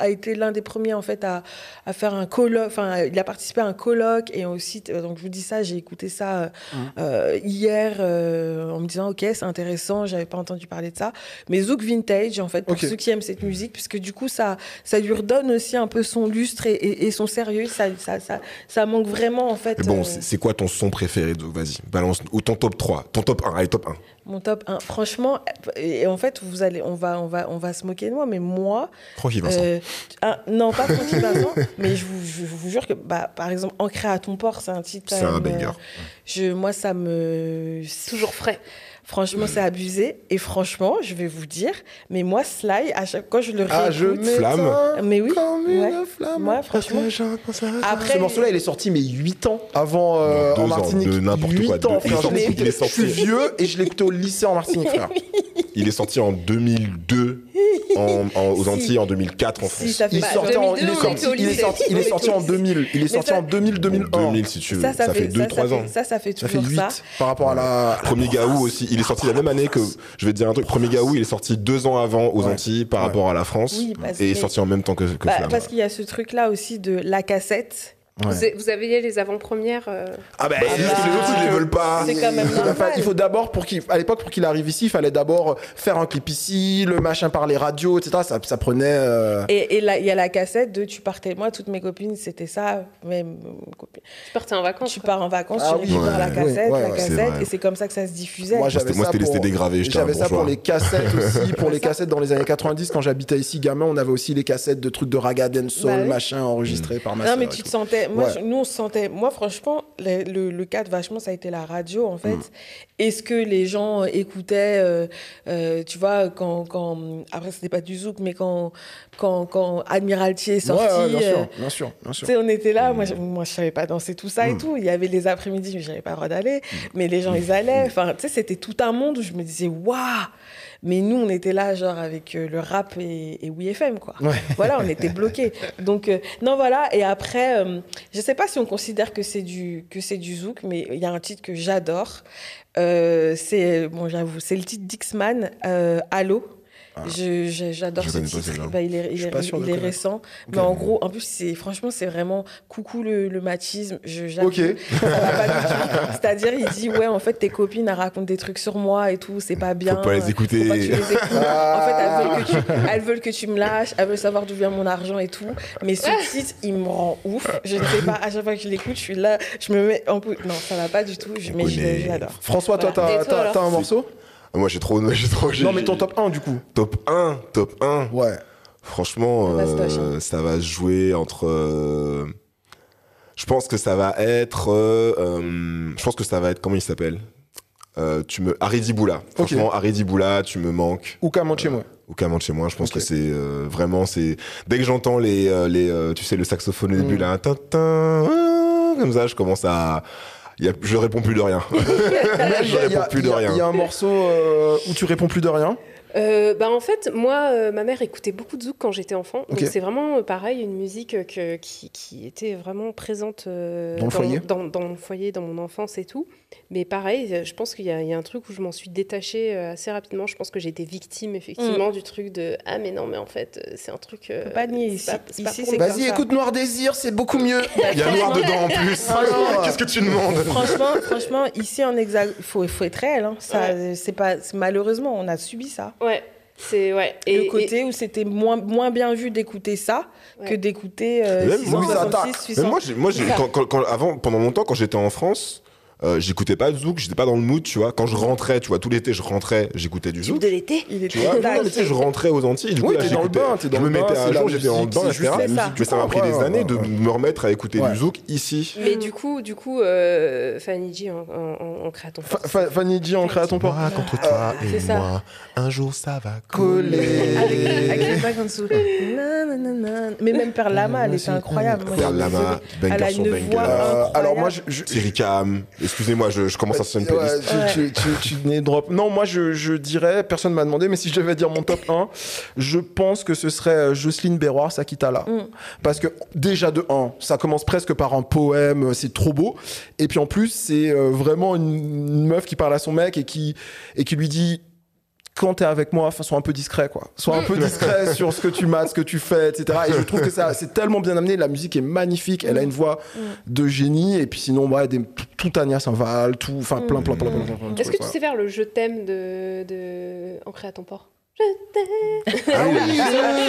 a été l'un des premiers en fait à, à faire un colloque. Enfin, il a participé à un colloque et aussi, donc je vous dis ça, j'ai écouté ça mmh. euh, hier euh, en me disant ok, c'est intéressant, j'avais pas entendu parler de ça. Mais Zouk Vintage, en fait, pour okay. ceux qui aiment cette musique, puisque du coup ça, ça lui redonne aussi un peu son lustre et, et, et son sérieux. Ça, ça, ça, ça manque vraiment en fait. Mais bon, euh... c'est, c'est quoi ton son préféré, Zouk? Vas-y, balance ou ton top trois, ton top un, allez top un. Mon top un, franchement, et en fait, vous allez, on va, on va, on va se moquer de moi, mais moi, Tranquille Vincent. Euh, un, non, pas Tranquille Vincent, mais je vous, je vous jure que, bah, par exemple, Ancré à ton port, c'est un titre. C'est un banger. Euh, je, moi, ça me, c'est toujours frais. Franchement, c'est abusé. Et franchement, je vais vous dire, mais moi, Sly, à chaque fois, je le réécoute. Ah, je flamme. Mais oui. Comme ouais. une flamme. Moi, franchement. Après, ce morceau-là, il est sorti, mais huit ans avant euh, non, en Martinique. De n'importe quoi. huit ans, il, est sorti, il est Je sorti. suis vieux et je l'ai écouté au lycée en Martinique, frère. Il est sorti en deux mille deux en, en, aux Antilles, si. En deux mille quatre en France. Si, ça fait il, sortait en, il, est sorti, il est sorti, il est sorti en deux mille. Il est sorti ça, en deux mille, deux mille un. deux mille, si tu veux. Ça, ça, ça fait deux trois ans. Ça, ça fait toujours ça. Fait ça. huit par rapport à la. Premier Gaou aussi. Il est sorti la même année que. Je vais te dire un truc. Premier Gaou, il est sorti deux ans avant aux ouais. Antilles par ouais. rapport à la France. Oui, et est sorti en même temps que, que bah, Flamme. Parce qu'il y a ce truc-là aussi de la cassette. Ouais. Vous avez les avant-premières euh... Ah ben, bah, bah, les autres, ils les veulent pas. C'est quand même normal. Il faut d'abord, pour qu'il, à l'époque, pour qu'il arrive ici, il fallait d'abord faire un clip ici, le machin par les radios, et cetera. Ça, ça prenait... Euh... Et il y a la cassette de tu partais... Moi, toutes mes copines, c'était ça. Même copines. Tu partais en vacances. Tu pars en vacances, ah, tu récupères ouais. la cassette, ouais, ouais, la ouais, cassette, et c'est comme ça que ça se diffusait. Moi, j'avais moi, ça c'était pour... les dégravés. J'avais ça bon pour les cassettes aussi. Pour les cassettes dans les années quatre-vingt-dix, quand j'habitais ici, gamin, on avait aussi les cassettes de trucs de raga dancehall, machin, enregistrés par ma sœur. Non, mais tu te sentais... Nous, on se sentait... Moi, franchement, le, le, le cadre, vachement, ça a été la radio, en fait. Mm. Est-ce que les gens écoutaient, euh, euh, tu vois, quand, quand... Après, c'était pas du zouk, mais quand, quand, quand Admiralty est sorti... Ouais, ouais, bien, euh, sûr, bien sûr, bien sûr. Tu sais, on était là, mm. moi, je, moi, je savais pas danser tout ça mm. et tout. Il y avait les après-midi, mais j'avais pas le droit d'aller. Mm. Mais les gens, ils allaient. Enfin, tu sais, c'était tout un monde où je me disais, waouh! Mais nous, on était là, genre, avec euh, le rap et, et Oui F M, quoi. Ouais. Voilà, on était bloqués. Donc, euh, non, voilà. Et après, euh, je sais pas si on considère que c'est du, que c'est du zouk, mais il y a un titre que j'adore. Euh, c'est, bon, j'avoue, c'est le titre d'X-Man, euh, Allo. Ah. Je, je, j'adore je ce titre. Bah, il est, il est, il est récent. Okay. Mais en gros, en plus, c'est, franchement, c'est vraiment coucou le, le machisme. Je, ok. Ça va pas du tout. C'est-à-dire, il dit, ouais, en fait, tes copines, elles racontent des trucs sur moi et tout, c'est pas bien. Faut pas les écouter. Faut pas que tu les écoutes. Ah. En fait, elles veulent, que tu, elles veulent que tu me lâches, elles veulent savoir d'où vient mon argent et tout. Mais ce titre, il me rend ouf. Je ne sais pas, à chaque fois que je l'écoute, je suis là, je me mets en pou... Non, ça va pas du tout, je, mais je, je l'adore. François, toi, voilà. t'as, t'as, t'as un morceau? Moi, j'ai trop, j'ai trop. J'ai, non, mais ton top un, du coup. Top un, top un. Ouais. Franchement, euh, ça va se jouer entre. Euh, je pense que ça va être. Euh, euh, je pense que ça va être. Comment il s'appelle euh, Tu me. Haridi Boula. Franchement, okay. Haridi Boula, tu me manques. Ou Caman chez moi. Ou Caman chez moi. Je pense okay. que c'est euh, vraiment. C'est dès que j'entends les, euh, les, euh, tu sais, le saxophone au début mm. là, tintin, comme ça, je commence à. Y a, je réponds plus de rien. je réponds plus de rien. Il y a un morceau euh, où tu réponds plus de rien. Euh, bah en fait, moi, euh, ma mère écoutait beaucoup de zouk quand j'étais enfant. Donc okay. c'est vraiment euh, pareil, une musique que, qui, qui était vraiment présente euh, dans, le foyer. Dans, dans mon foyer, dans mon enfance et tout. Mais pareil, je pense qu'il y a, il y a un truc où je m'en suis détachée euh, assez rapidement. Je pense que j'ai été victime effectivement mmh. du truc de ah mais non mais en fait c'est un truc. Euh, pas nier ici. Pas, c'est ici pas c'est Vas-y, écoute Noir Désir, c'est beaucoup mieux. Il y a Noir dedans en plus. Alors, qu'est-ce que tu demandes? Franchement, franchement, ici en Hexagone, il faut, faut être réel. Hein. Ça, ouais. c'est pas, c'est, malheureusement, on a subi ça. Ouais. C'est, ouais. Et, le côté et... où c'était moins, moins bien vu d'écouter ça ouais. que d'écouter euh, six cent soixante-six, huit cents. Moi, j'ai, moi j'ai, quand, quand, quand, avant, pendant longtemps, quand j'étais en France, euh, j'écoutais pas de zouk, j'étais pas dans le mood, tu vois. Quand je rentrais, tu vois, tout l'été, je rentrais, j'écoutais du zouk. De l'été, il était. Tu vois, non, mais tu sais, je rentrais aux Antilles, du coup, oui, là, t'es dans le bain, t'es dans je le me mettais bain, à jour, j'étais en bain, et cetera. Mais ça m'a pris des années de me remettre à écouter du zouk ici. Mais du coup, du coup, euh, Fanny G, on crée à ton port. Fanny G, on crée à ton port. Contre toi et moi, un jour ça va coller. Avec les bagues en dessous. Mais même Père Lama, elle était incroyable. Père Lama, banger sur banger. Alors moi, je. Thierry Cam, excusez-moi, je commence à se faire une playlist. Ouais, tu, tu, tu, tu drop. Non, moi je, je dirais, personne m'a demandé, mais si je devais dire mon top un, je pense que ce serait Jocelyne Berroir, Sakitala. Mm. Parce que déjà de un, ça commence presque par un poème, c'est trop beau. Et puis en plus, c'est euh, vraiment une, une meuf qui parle à son mec et qui, et qui lui dit quand t'es avec moi, enfin, sois un peu discret, quoi. Sois un peu discret sur ce que tu mates, ce que tu fais, et cetera. Et je trouve que ça, c'est tellement bien amené. La musique est magnifique. Elle a une voix de génie. Et puis sinon, ouais, des, tout Ania Saint-Val, tout, enfin, plein, plein, plein, plein, plein, plein de Est-ce que trucs, tu sais faire le je t'aime de, de... Ancré à ton port? Je t'aime. Ah oui, je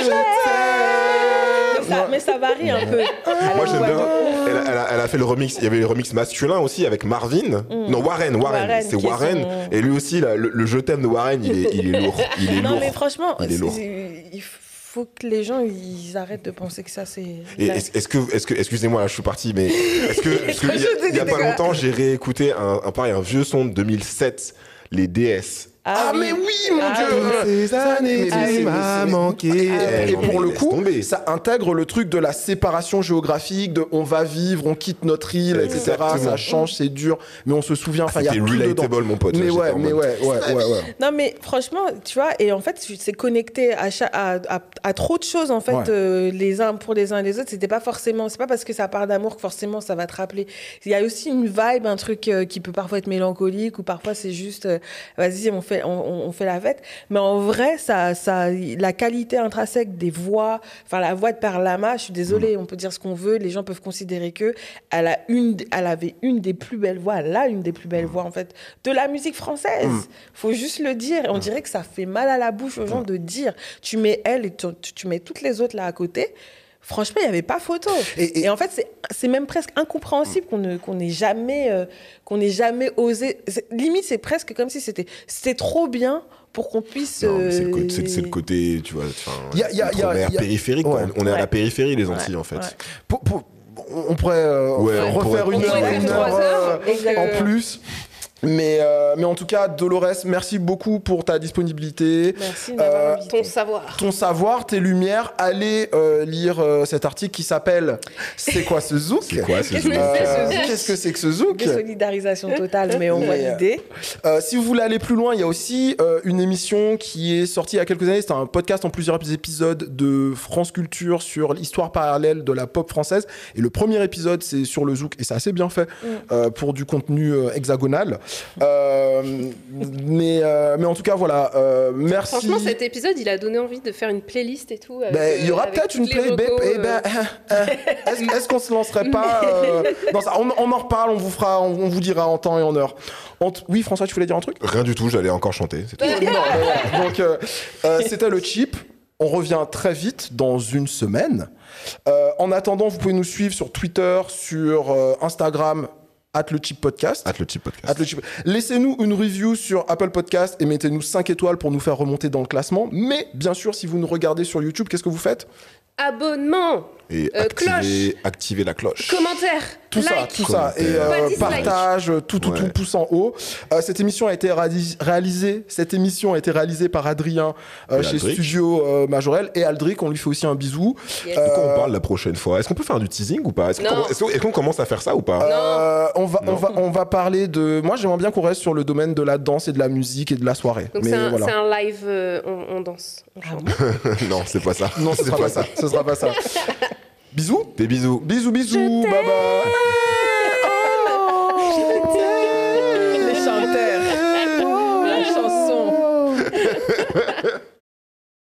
Mais ça, mais ça varie un peu. Moi j'aime bien. Elle a, elle, a, elle a fait le remix. Il y avait le remix masculin aussi avec Marvin. Mm. Non, Warren. Warren. Warren c'est Warren. Son... Et lui aussi, là, le, le je t'aime de Warren, il est, il est lourd. Il est non, lourd. mais franchement, il est lourd. il faut que les gens ils arrêtent de penser que ça c'est. Et est-ce, est-ce que, est-ce que, excusez-moi, là, je suis parti, mais est-ce que, est-ce que il y a, il y a pas longtemps, j'ai réécouté un, un, pareil, un vieux son de deux mille sept, les D S. Ah, ah mais oui, mon ah, Dieu! Ces années, ah, tu m'as manqué. Ah, et pour le coup, ça intègre le truc de la séparation géographique, de on va vivre, on quitte notre île, Exactement. et cetera. Ça change, c'est dur, mais on se souvient. Enfin, il y a tout dedans. Mon pote. Mais ouais, mais ouais, ouais, ouais, ouais. Non, mais franchement, tu vois, et en fait, c'est connecté à, chaque, à, à, à trop de choses, en fait, ouais. euh, les uns pour les uns et les autres. C'était pas forcément, c'est pas parce que ça part d'amour que forcément ça va te rappeler. Il y a aussi une vibe, un truc euh, qui peut parfois être mélancolique, ou parfois c'est juste, euh, vas-y, on fait, on, on fait la fête, mais en vrai, ça, ça, la qualité intrinsèque des voix, enfin la voix de Père Lama, je suis désolée, mmh. on peut dire ce qu'on veut, les gens peuvent considérer que elle a une, elle avait une des plus belles voix, elle a une des plus belles voix en fait de la musique française. Mmh. Faut juste le dire. On dirait que ça fait mal à la bouche aux gens mmh. de dire. Tu mets elle et tu, tu mets toutes les autres là à côté. Franchement, il n'y avait pas photo. Et, et... et en fait, c'est, c'est même presque incompréhensible qu'on ne, qu'on n'ait jamais, euh, qu'on n'ait jamais osé. C'est, limite, c'est presque comme si c'était, c'était trop bien pour qu'on puisse. Non, c'est, le côté, c'est, c'est le côté, tu vois, il y a, y a, y a, y a... périphérique. Ouais. On est ouais. à la périphérie, les Antilles, ouais. en fait. Ouais. Pour, pour, on pourrait euh, ouais, refaire on une pourrait heure, une heure euh, en plus. Mais, euh, mais en tout cas, Dolores, merci beaucoup pour ta disponibilité. Merci de m'avoir euh, invité. Ton savoir. Ton savoir, tes lumières. Allez euh, lire euh, cet article qui s'appelle « C'est quoi ce zouk ?» C'est quoi ce zouk euh, Qu'est-ce que c'est que ce zouk Désolidarisation totale, mais on voit l'idée. Euh, si vous voulez aller plus loin, il y a aussi euh, une émission qui est sortie il y a quelques années. C'est un podcast en plusieurs épisodes de France Culture sur l'histoire parallèle de la pop française. Et le premier épisode, c'est sur le zouk. Et c'est assez bien fait mm. euh, pour du contenu euh, hexagonal. Euh, mais, euh, mais en tout cas, voilà. Euh, merci. Franchement, cet épisode, il a donné envie de faire une playlist et tout. Avec, ben, il y aura peut-être une playlist. Eh ben, euh... est-ce, est-ce qu'on se lancerait pas euh... non, ça, on, on en reparle, on vous fera, on, on vous dira en temps et en heure. On t... Oui, François, tu voulais dire un truc ? Rien du tout, j'allais encore chanter. C'est tout. non, non, donc, euh, euh, c'était le Chip. On revient très vite dans une semaine. Euh, en attendant, vous pouvez nous suivre sur Twitter, sur euh, Instagram. At le Chip Podcast. At le Chip Podcast. At le Chip. Laissez-nous une review sur Apple Podcast et mettez-nous cinq étoiles pour nous faire remonter dans le classement. Mais bien sûr, si vous nous regardez sur YouTube, qu'est-ce que vous faites ? Abonnement. Et euh, activer, cloche. activer la cloche. Commentaire. Tout like. ça, tout ça. Et euh, partage, tout, tout, ouais. tout, pouce en haut. Euh, cette émission a été réalis- réalisée, cette émission a été réalisée par Adrien euh, chez Aldric. Studio euh, Majorel et Aldric. On lui fait aussi un bisou. Yes. Euh, de quoi on parle la prochaine fois ? Est-ce qu'on peut faire du teasing ou pas ? Est-ce qu'on, commence, est-ce qu'on commence à faire ça ou pas ? euh, on va, on va, on va parler de. Moi, j'aimerais bien qu'on reste sur le domaine de la danse et de la musique et de la soirée. Donc Mais c'est, un, voilà. c'est un live, euh, on, on danse. On chante. Non, c'est pas ça. Non, ce sera pas ça. Ce sera pas ça. Bisous. Des bisous. Bisous, bisous. Bye bye. Les chanteurs. La chanson.